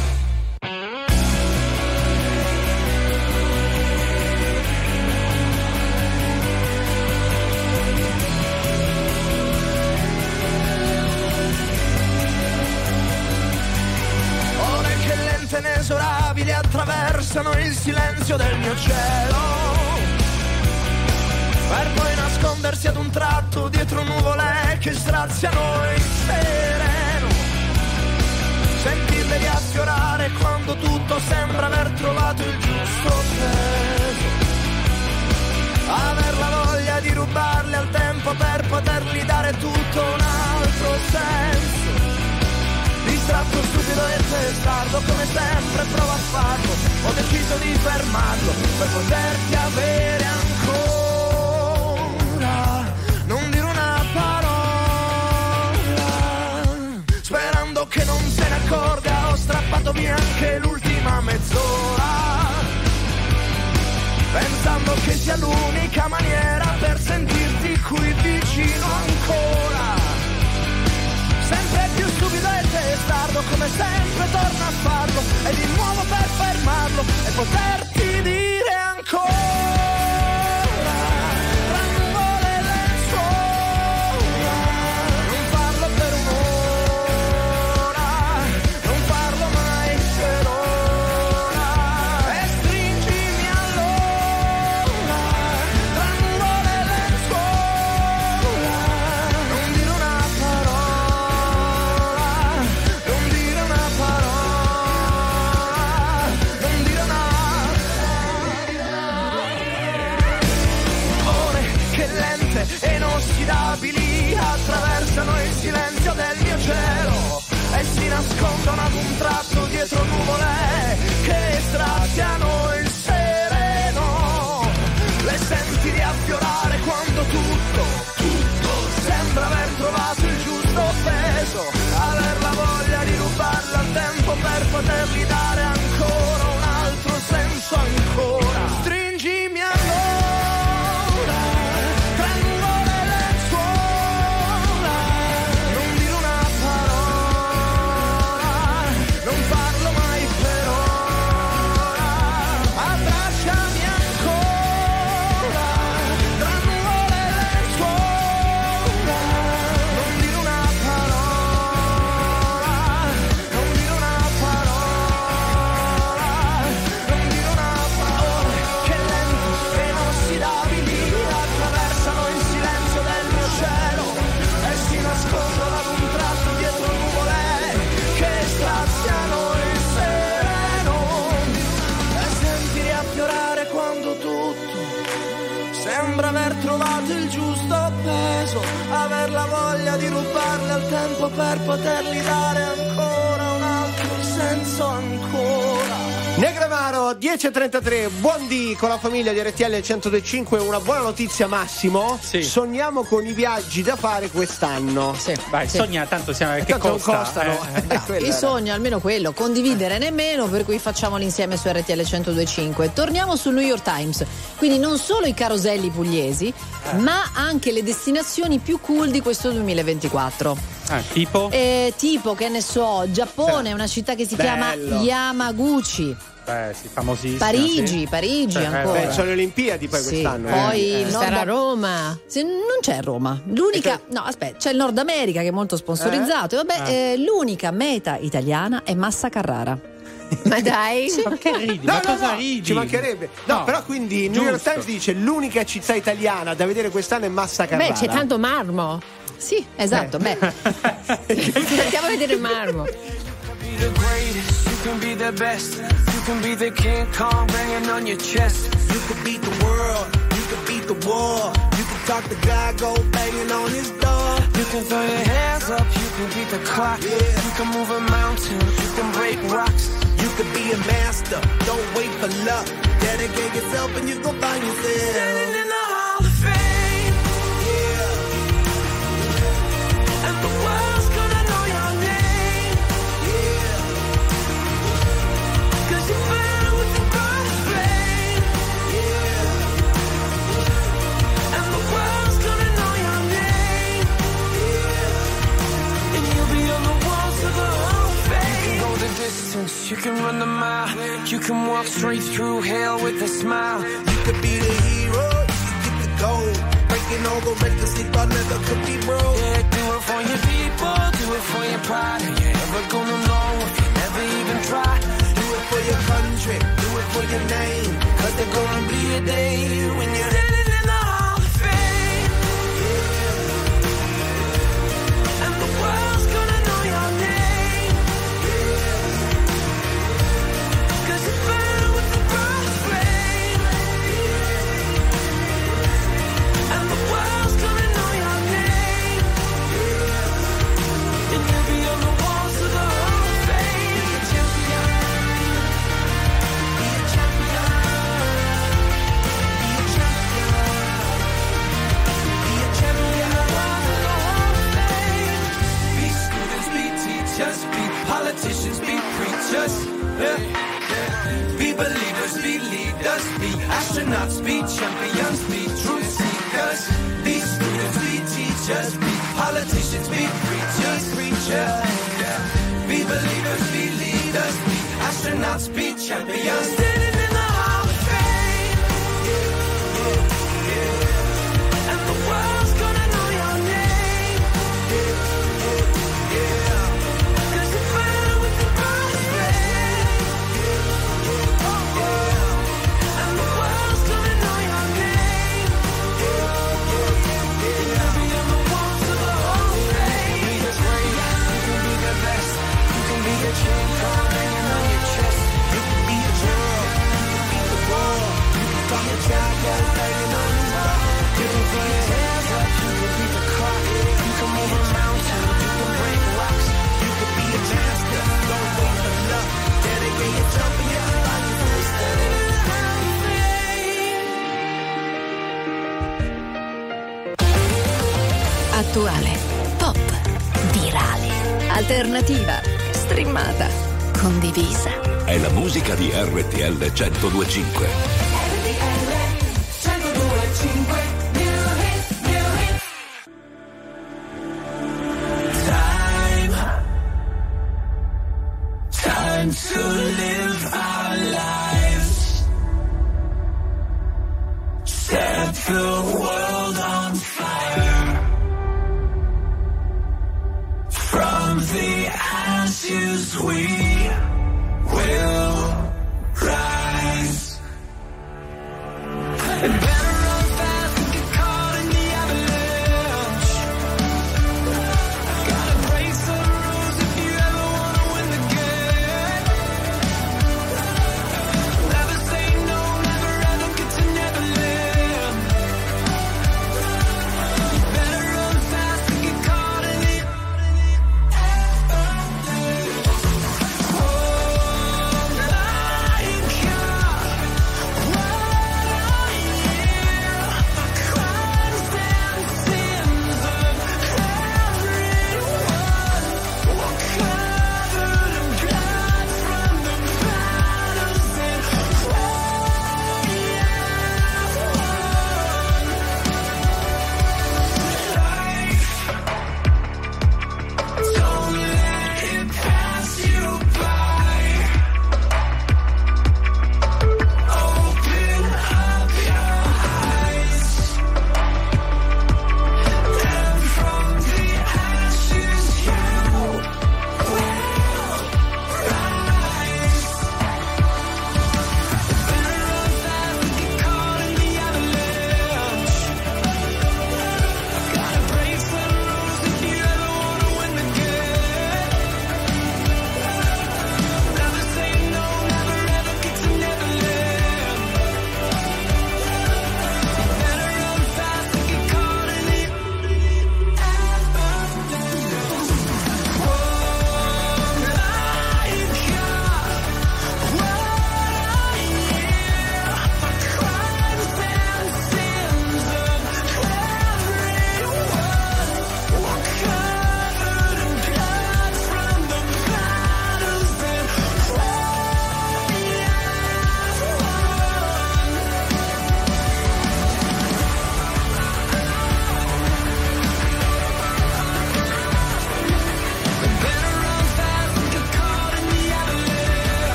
Ore che lente e inesorabili attraversano il silenzio del mio cielo, per poi nascondersi ad un tratto dietro nuvole che straziano il sereno, sentirle riaffiorare quando tutto sembra aver trovato il giusto peso, aver la voglia di rubarle al tempo per potergli dare tutto un altro senso, distratto, stupido e testardo come sempre provo a farlo, ho deciso di fermarlo per poterti avere ancora. Non dire una parola, sperando che non se ne accorga, ho strappato via anche l'ultima mezz'ora, pensando che sia l'unica maniera per sentirti qui vicino ancora. Sempre più stupido e testardo, come sempre torno a farlo, e di nuovo per fermarlo e poterti dire ancora. Inossidabili attraversano il silenzio del mio cielo e si nascondono ad un tratto dietro nuvole che straziano il sereno. Le senti riaffiorare quando tutto, tutto sembra aver trovato il giusto peso, aver la voglia di rubarle al tempo per potergli dare ancora un altro senso ancora. Stringimi allora. Sembra aver trovato il giusto peso, aver la voglia di rubarle al tempo per potergli dare ancora un altro senso ancora. Negramaro dieci e trentatré, buon dì con la famiglia di R T L centodue e cinque. Una buona notizia, Massimo. Sì. Sogniamo con i viaggi da fare quest'anno. Sì. Vai, Sì. sogna tanto siamo che tanto non costa, costano. eh. Il sogno, almeno quello, condividere nemmeno, per cui facciamolo insieme su R T L centodue e cinque. Torniamo sul New York Times, quindi non solo i caroselli pugliesi, eh. ma anche le destinazioni più cool di questo duemilaventiquattro. Ah, tipo? Eh, tipo, che ne so, Giappone, Sì. una città che si Bello. chiama Yamaguchi. Beh, sì, famosissima. Parigi, sì. Parigi Cioè, ancora. Beh, sono le Olimpiadi poi Sì, quest'anno. poi eh. il Nord- Sarà a Roma. Se non c'è Roma, l'unica, no, aspetta, c'è il Nord America che è molto sponsorizzato. E vabbè, Ah. eh, l'unica meta italiana è Massa Carrara. Ma dai. Sì. Ma che ridi? No, ma no, cosa no, ridi? ci mancherebbe. No, No, però quindi New York giusto. Times dice l'unica città italiana da vedere quest'anno è Massa Carrara. Beh, c'è tanto marmo. Sì, esatto, beh. Andiamo a vedere il marmo. Be the greatest, you can be the best. You can be the King Kong banging on your chest. You could beat the world, you could beat the war. You can talk the guy, go banging on his door. You can throw your hands up, you can beat the clock. Yeah. You can move a mountain, you can break rocks. You could be a master, don't wait for luck. Dedicate yourself and you go find yourself standing in the Hall of Fame. Yeah. And the world's gonna know your name. Yeah. Cause you burn with the brightest flame. You can run the mile. You can walk straight through hell with a smile. You could be the hero, you could get the gold. Breaking all the records they thought never could be broke. Yeah, do it for your people, do it for your pride. Are you ever gonna know if you never even try? Do it for your country, do it for your name. Cause there's gonna be a day when you're living in the Hall of Fame. Yeah. And the world's gonna know your name. Yeah. Cause you burn with the bright flame. Yeah. And the world's gonna know your name. Yeah. And you'll be on the walls of the Hall of Fame. Be a champion. Be a champion. Be a champion. Be a champion. The walls of the Hall of Fame. Be students, be teachers, be politicians, be preachers. Yeah. Yeah. Be believers, be leaders, be astronauts, be champions, be truth seekers. Be students, be teachers, be politicians, be preachers, preachers. Yeah. Be believers, be leaders, be astronauts, be champions. Standing in the Hall of Fame. Yeah, yeah, yeah. And the world's gonna know your name. Yeah, yeah, yeah. Cause you burn with the bright flame. Yeah, yeah, yeah. And the world's gonna know your name. Yeah, yeah, yeah. You'll be on the walls of the Hall of Fame. You can be the greatest, you can be the best. You can be a champion hanging on your chest. You can be a champion, you can be the world. You can be a champion hanging on your wall. You can be a champion, you can be the clock. You can move a mountain, you can break rocks. You can be a master, don't wait for luck. Dedicate yourself and your life to standing in the Hall of Fame. Attuale, pop, virale, alternativa, streamata, condivisa. È la musica di R T L centodue e cinque. Time, time to live our lives. Set the world on fire. From the ashes we will rise. And better run fast than get caught in the avalanche. Gotta break some rules if you ever wanna win the game. Never say no, never ever get to Neverland. You better run fast than get caught in the oh, lion car, what are you?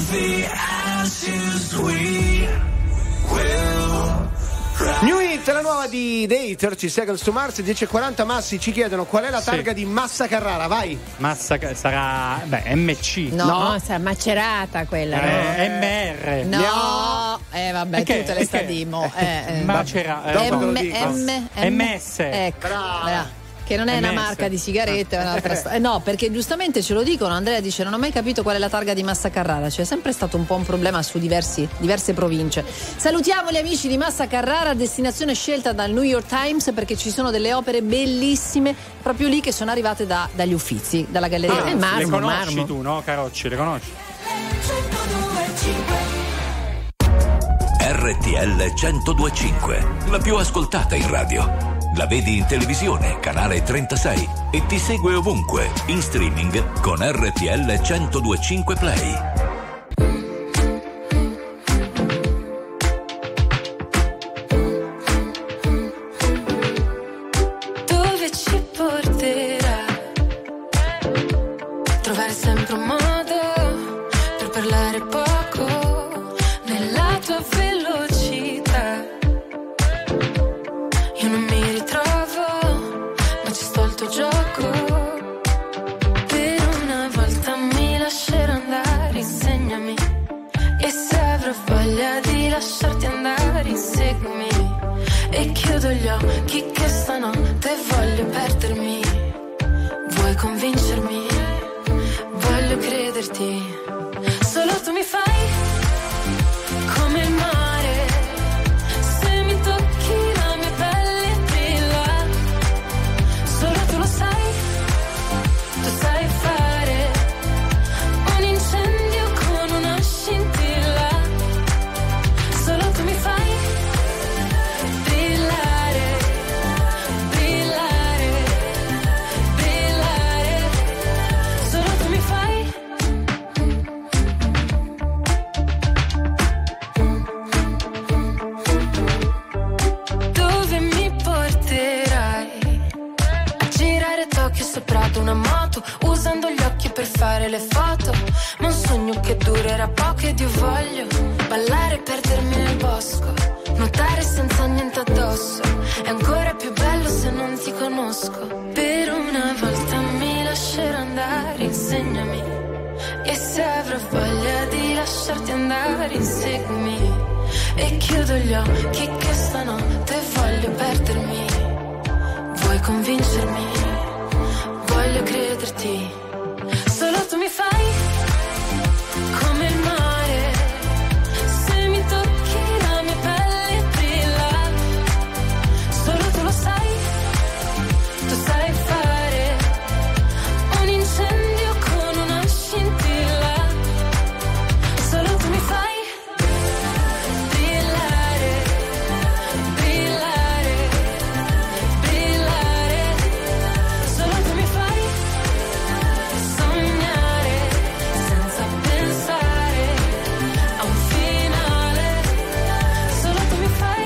the ashes we will. New Hit, la nuova di The thirty Seconds to Mars, dieci e quaranta. Massi ci chiedono qual è la targa Sì. di Massa Carrara, vai. Massa sarà beh M C. No, no, sarà Macerata quella. Eh, no? M R. No, eh vabbè, Perché? tutte le stadimo. Eh, eh. Macera. M, eh, M, M, M S. Ecco, brava. Che non è una M S. marca di sigarette, è un'altra storia. Eh, no, perché giustamente ce lo dicono. Andrea dice: non ho mai capito qual è la targa di Massa Carrara. C'è sempre stato un po' un problema su diversi, diverse province. Salutiamo gli amici di Massa Carrara, destinazione scelta dal New York Times, perché ci sono delle opere bellissime proprio lì che sono arrivate da, dagli Uffizi, dalla galleria. Ah, Eh, marmo, le conosci marmo. tu, no, Carocci? Le conosci? R T L centodue e cinque, la più ascoltata in radio. La vedi in televisione, canale trentasei, e ti segue ovunque, in streaming con R T L centodue e cinque Play. Dove ci porterà? Trovare sempre un modo per parlare poco nella tua velocità. Io non mi ritrovo, ma ci sto al tuo gioco. Per una volta mi lascerò andare, insegnami. E se avrò voglia di lasciarti andare, inseguimi. E chiudo gli occhi che stanotte voglio perdermi. Vuoi convincermi? Voglio crederti. Solo tu mi fai come il mare. Se mi tocchi la mia pelle brilla. Solo tu lo sai. Tu sai fare un incendio con una scintilla. Solo tu mi fai brillare, brillare, brillare. Solo tu mi fai. Dove mi porterai? A girare Tokyo sopra ad una moto, usando gli occhi per fare le foto. Ma un sogno che durerà poco ed io voglio ballare e perdermi nel bosco, nuotare senza niente addosso. È ancora più bello se non ti conosco. Per una volta mi lascerò andare, insegnami. E se avrò voglia di lasciarti andare, inseguimi. E chiudo gli occhi che stanotte voglio perdermi. Vuoi convincermi? Voglio crederti. Solo tu mi fai come il mare. Se mi tocchi la mia pelle brilla. Solo tu lo sai. Tu sai fare un incendio con una scintilla. Solo tu mi fai brillare, brillare, brillare. Solo tu mi fai sognare senza pensare a un finale. Solo tu mi fai.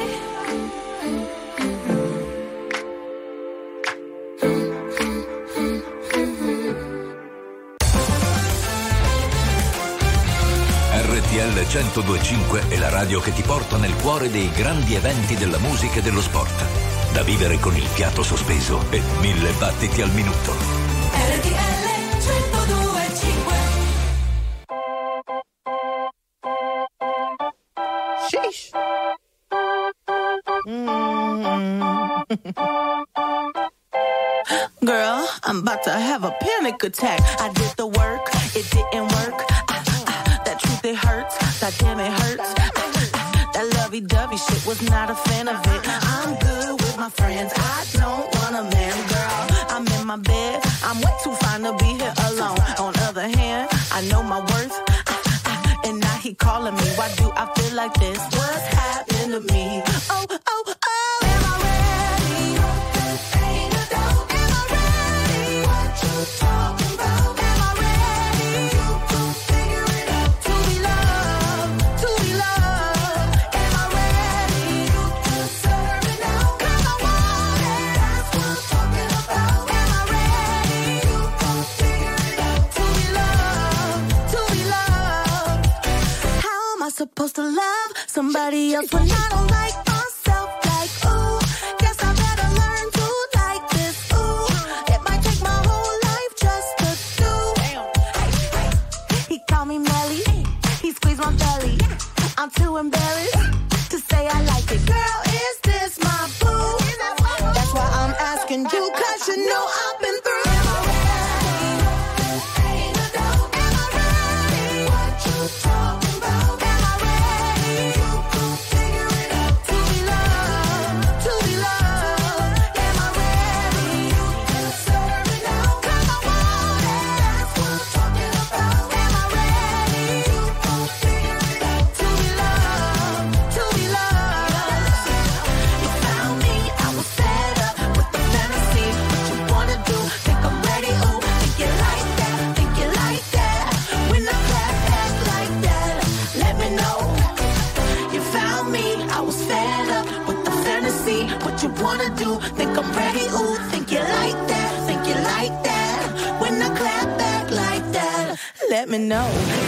R T L centodue e cinque è la radio che ti porta nel cuore dei grandi eventi della musica e dello sport. Da vivere con il fiato sospeso e mille battiti al minuto. R T L centodue e cinque. Sheesh. Girl, I'm about to have a panic attack. I did the work, it didn't work. Ah, ah, that truth, it hurts. That damn, it hurts. Ah, ah, that lovey-dovey shit, was not a fan of it. I'm good with my friends. I don't want a man, girl. I'm in my bed. I'm way too fine to be here alone. On the other hand, I know my worth. Ah, ah, and now he calling me. Why do I feel like this? What's happened to me? Oh, oh, oh. Am I ready? Ain't a doubt. Am I ready? What you talking about? Am I ready? To figure it out. To be loved, to be loved. Am I ready? To serve it now. 'Cause I want it. That's what I'm talking about. Am I ready? To figure it out. To be loved, to be loved. supposed to love somebody else when I don't like myself? Like, ooh, guess I better learn to like this. Ooh, it might take my whole life just to do. He called me Melly, he squeezed my belly. I'm too embarrassed to say I like it. Girl, is this my boo? That's why I'm asking you, cause you know I've been through. Wanna do, think I'm ready, ooh, think you like that, think you like that, when I clap back like that, let me know.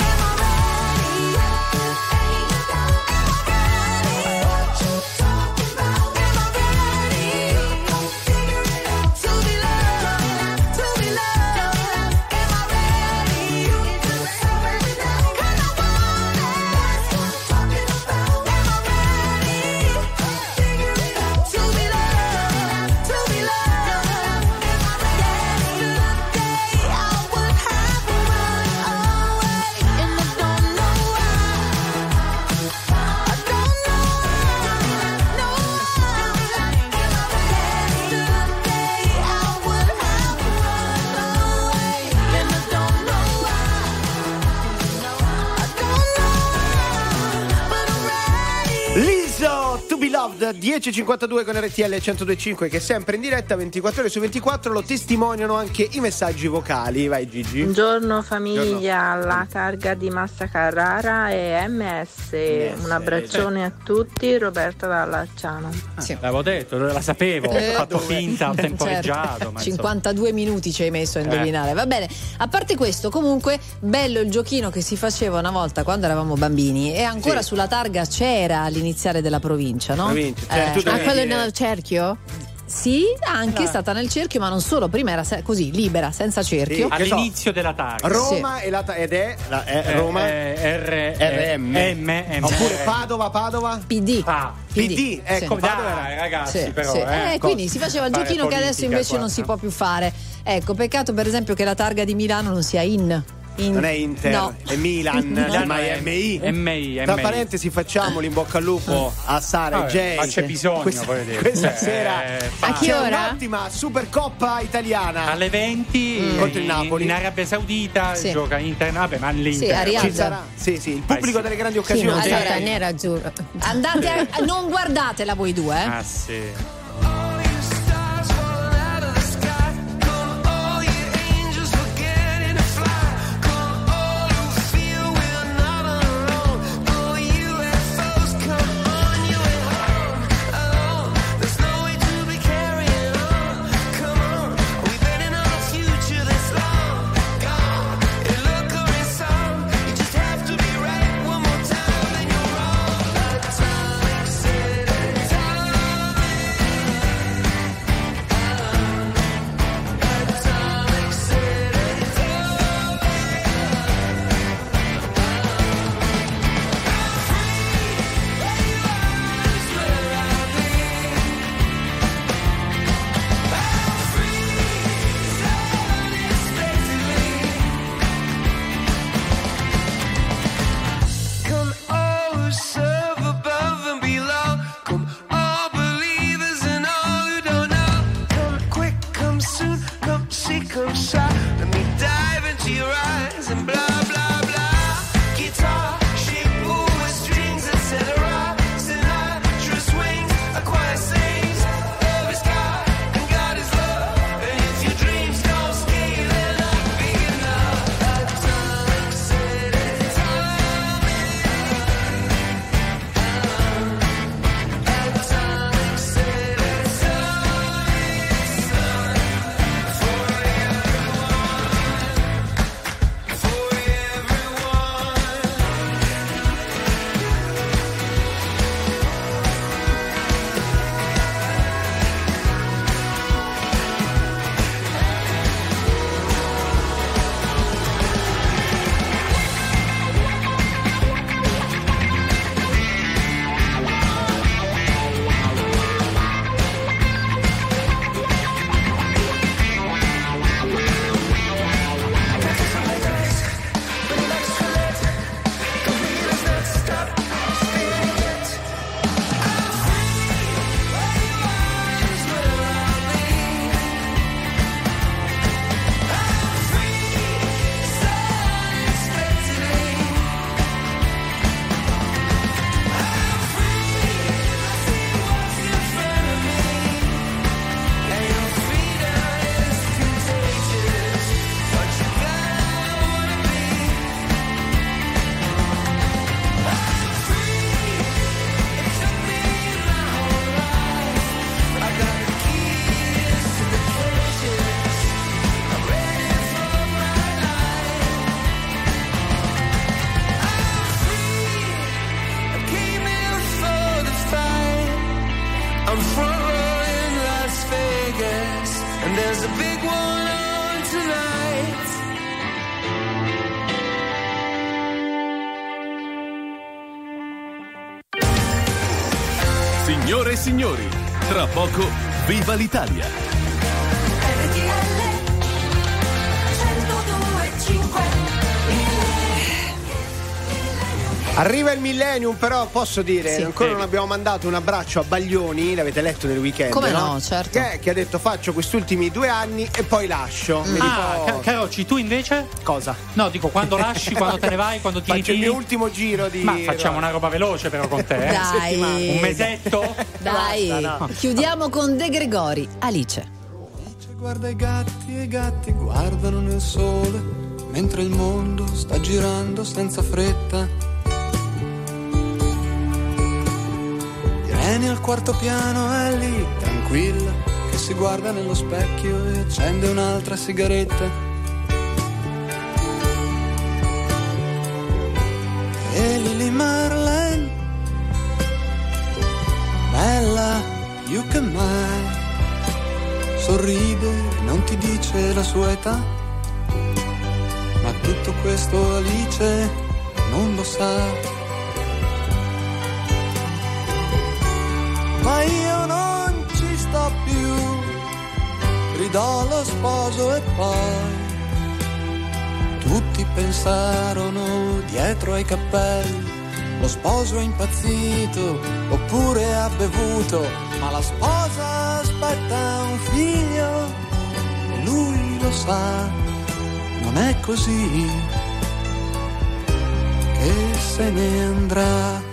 dieci e cinquantadue con R T L centodue e cinque, che è sempre in diretta ventiquattro ore su ventiquattro, lo testimoniano anche i messaggi vocali. Vai Gigi. Buongiorno famiglia, Buongiorno. La targa di Massa Carrara e M S, M S un abbraccione a tutti, Roberta da Lacciano. Ah, sì. L'avevo detto, la sapevo, ho fatto finta, ho temporeggiato. Certo. Ma cinquantadue minuti ci hai messo a indovinare, eh. Va bene. A parte questo, comunque, bello il giochino che si faceva una volta quando eravamo bambini e ancora sì. Sulla targa c'era all'iniziare della provincia, no? Provincia. Cioè, eh, ah, quello nel cerchio? Sì, anche è stata nel cerchio, ma non solo, prima era se- così, libera, senza cerchio. Sì, all'inizio so, della targa. Roma sì. e la ta- ed è, la, è Roma eh, R- R M. M, M. Oppure Padova, Padova P D. Ah, P D, ecco, sì. Padova Dai, ragazzi, sì, però, sì. Eh, Eh, quindi si faceva il giochino politica, che adesso invece qua. Non si può più fare. Ecco, peccato per esempio che la targa di Milano non sia in. In... Non è Inter, no. è Milan, no. ma è M I. M I, Tra parentesi facciamo l'in bocca al lupo a Sara e Jay. Ma c'è bisogno, questa, voglio dire. Questa eh, sera a che ora? Un'ottima Supercoppa italiana alle venti mm. contro il Napoli in Arabia Saudita, sì. Gioca Inter, vabbè, ma l'Inter sì, a Riyadh. Ci sarà, sì, sì, il pubblico sì. delle grandi occasioni. Sì, no, allora nera azzurro. Andate a, non guardatela voi due, eh. Ah sì. Signore e signori, tra poco viva l'Italia. Arriva il millennium, però posso dire, Sì. ancora non abbiamo mandato un abbraccio a Baglioni, l'avete letto nel weekend, Come no? no, certo. Che, che ha detto faccio questi ultimi due anni e poi lascio. Mi Ah, riposo. Ca- Carocci, tu invece? Cosa? No, dico, quando lasci, quando te ne vai, quando ti Faccio il ritiri? mio ultimo giro di... Ma facciamo una roba veloce però con te, eh? Dai. Un mesetto? Dai, Basta, no. chiudiamo con De Gregori. Alice. Guarda i gatti e i gatti guardano nel sole, mentre il mondo sta girando senza fretta. Irene al quarto piano è lì, tranquilla, che si guarda nello specchio e accende un'altra sigaretta. E Lily Marlene, bella più che mai, sorride, non ti dice la sua età, ma tutto questo Alice non lo sa. Ma io non ci sto più, gridò lo sposo e poi tutti pensarono dietro ai cappelli, lo sposo è impazzito oppure ha bevuto, ma la sposa aspetta un figlio e lui lo sa, non è così che se ne andrà.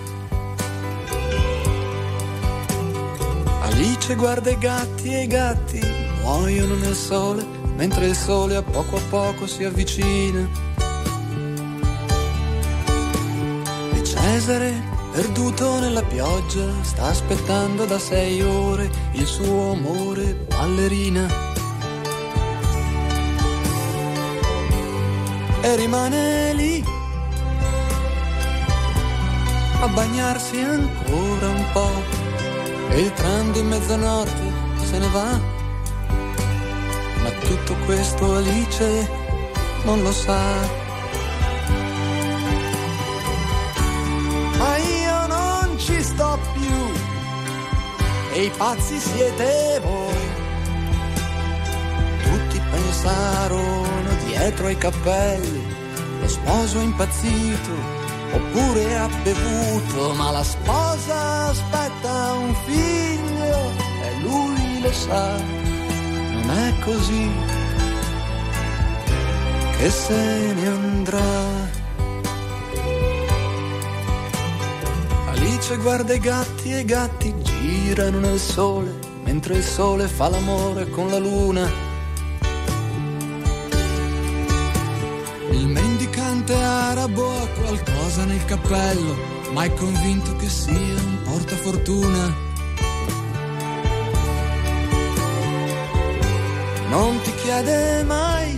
Alice guarda i gatti e i gatti muoiono nel sole, mentre il sole a poco a poco si avvicina. E Cesare, perduto nella pioggia, sta aspettando da sei ore il suo amore ballerina. E rimane lì a bagnarsi ancora un po'. E il tram di mezzanotte se ne va, ma tutto questo Alice non lo sa. Ma io non ci sto più, e i pazzi siete voi. Tutti pensarono dietro ai cappelli, lo sposo è impazzito oppure ha bevuto, ma la sposa aspetta un figlio e lui lo sa, non è così che se ne andrà. Alice guarda i gatti e i gatti girano nel sole, mentre il sole fa l'amore con la luna. Il mendicante arabo ha qualcosa nel cappello, ma è convinto che sia un portafortuna. Non ti chiede mai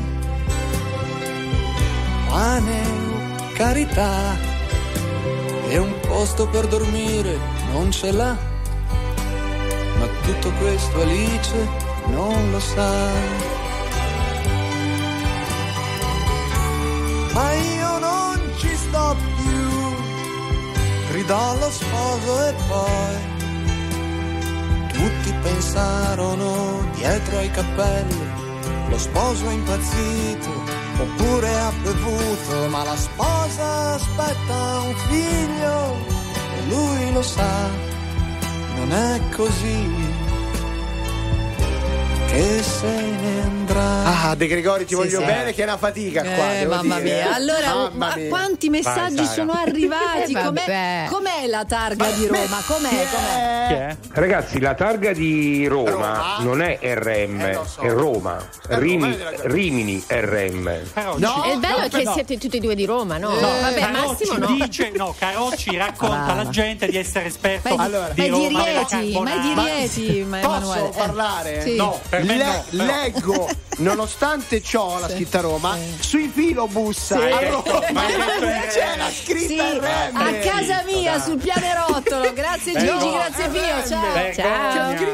pane o carità, e un posto per dormire non ce l'ha, ma tutto questo Alice non lo sa. Ma io non ci sto più, gridò lo sposo e poi tutti pensarono dietro ai cappelli, lo sposo è impazzito oppure ha bevuto, ma la sposa aspetta un figlio e lui lo sa, non è così che se ne andrà. Ah, De Gregori, ti Sì, voglio sì. bene, che è una fatica qua. Eh, devo mamma dire. mia. Allora, Mamma ma mia. quanti messaggi Vai, Sara. sono arrivati? Eh, com'è, vabbè. com'è la targa di Roma? Com'è? com'è? Chi è? Ragazzi, la targa di Roma, Roma? non è R M, Eh, lo so. è Roma. Roma, Rini- hai ragione. Rimini R M. Carocci. No, E il bello è che no. siete tutti e due di Roma, no? No, Vabbè, Carocci Massimo no. dice, no, Carocci racconta Brava. alla gente di essere esperto Ma, Allora, di ma i Roma della Rieti, ma i carbonara. Rieti, ma Posso Emanuele. Eh, parlare? sì. No, per me Le- no. però. leggo, nonostante ciò la scritta Roma, sui filobus a Hai Roma detto- ma hai detto R M. c'è la scritta Sì, R M. a casa mia sul pianerottolo. Grazie Gigi, Però- grazie Pio. Ciao. Vergogna. Ciao.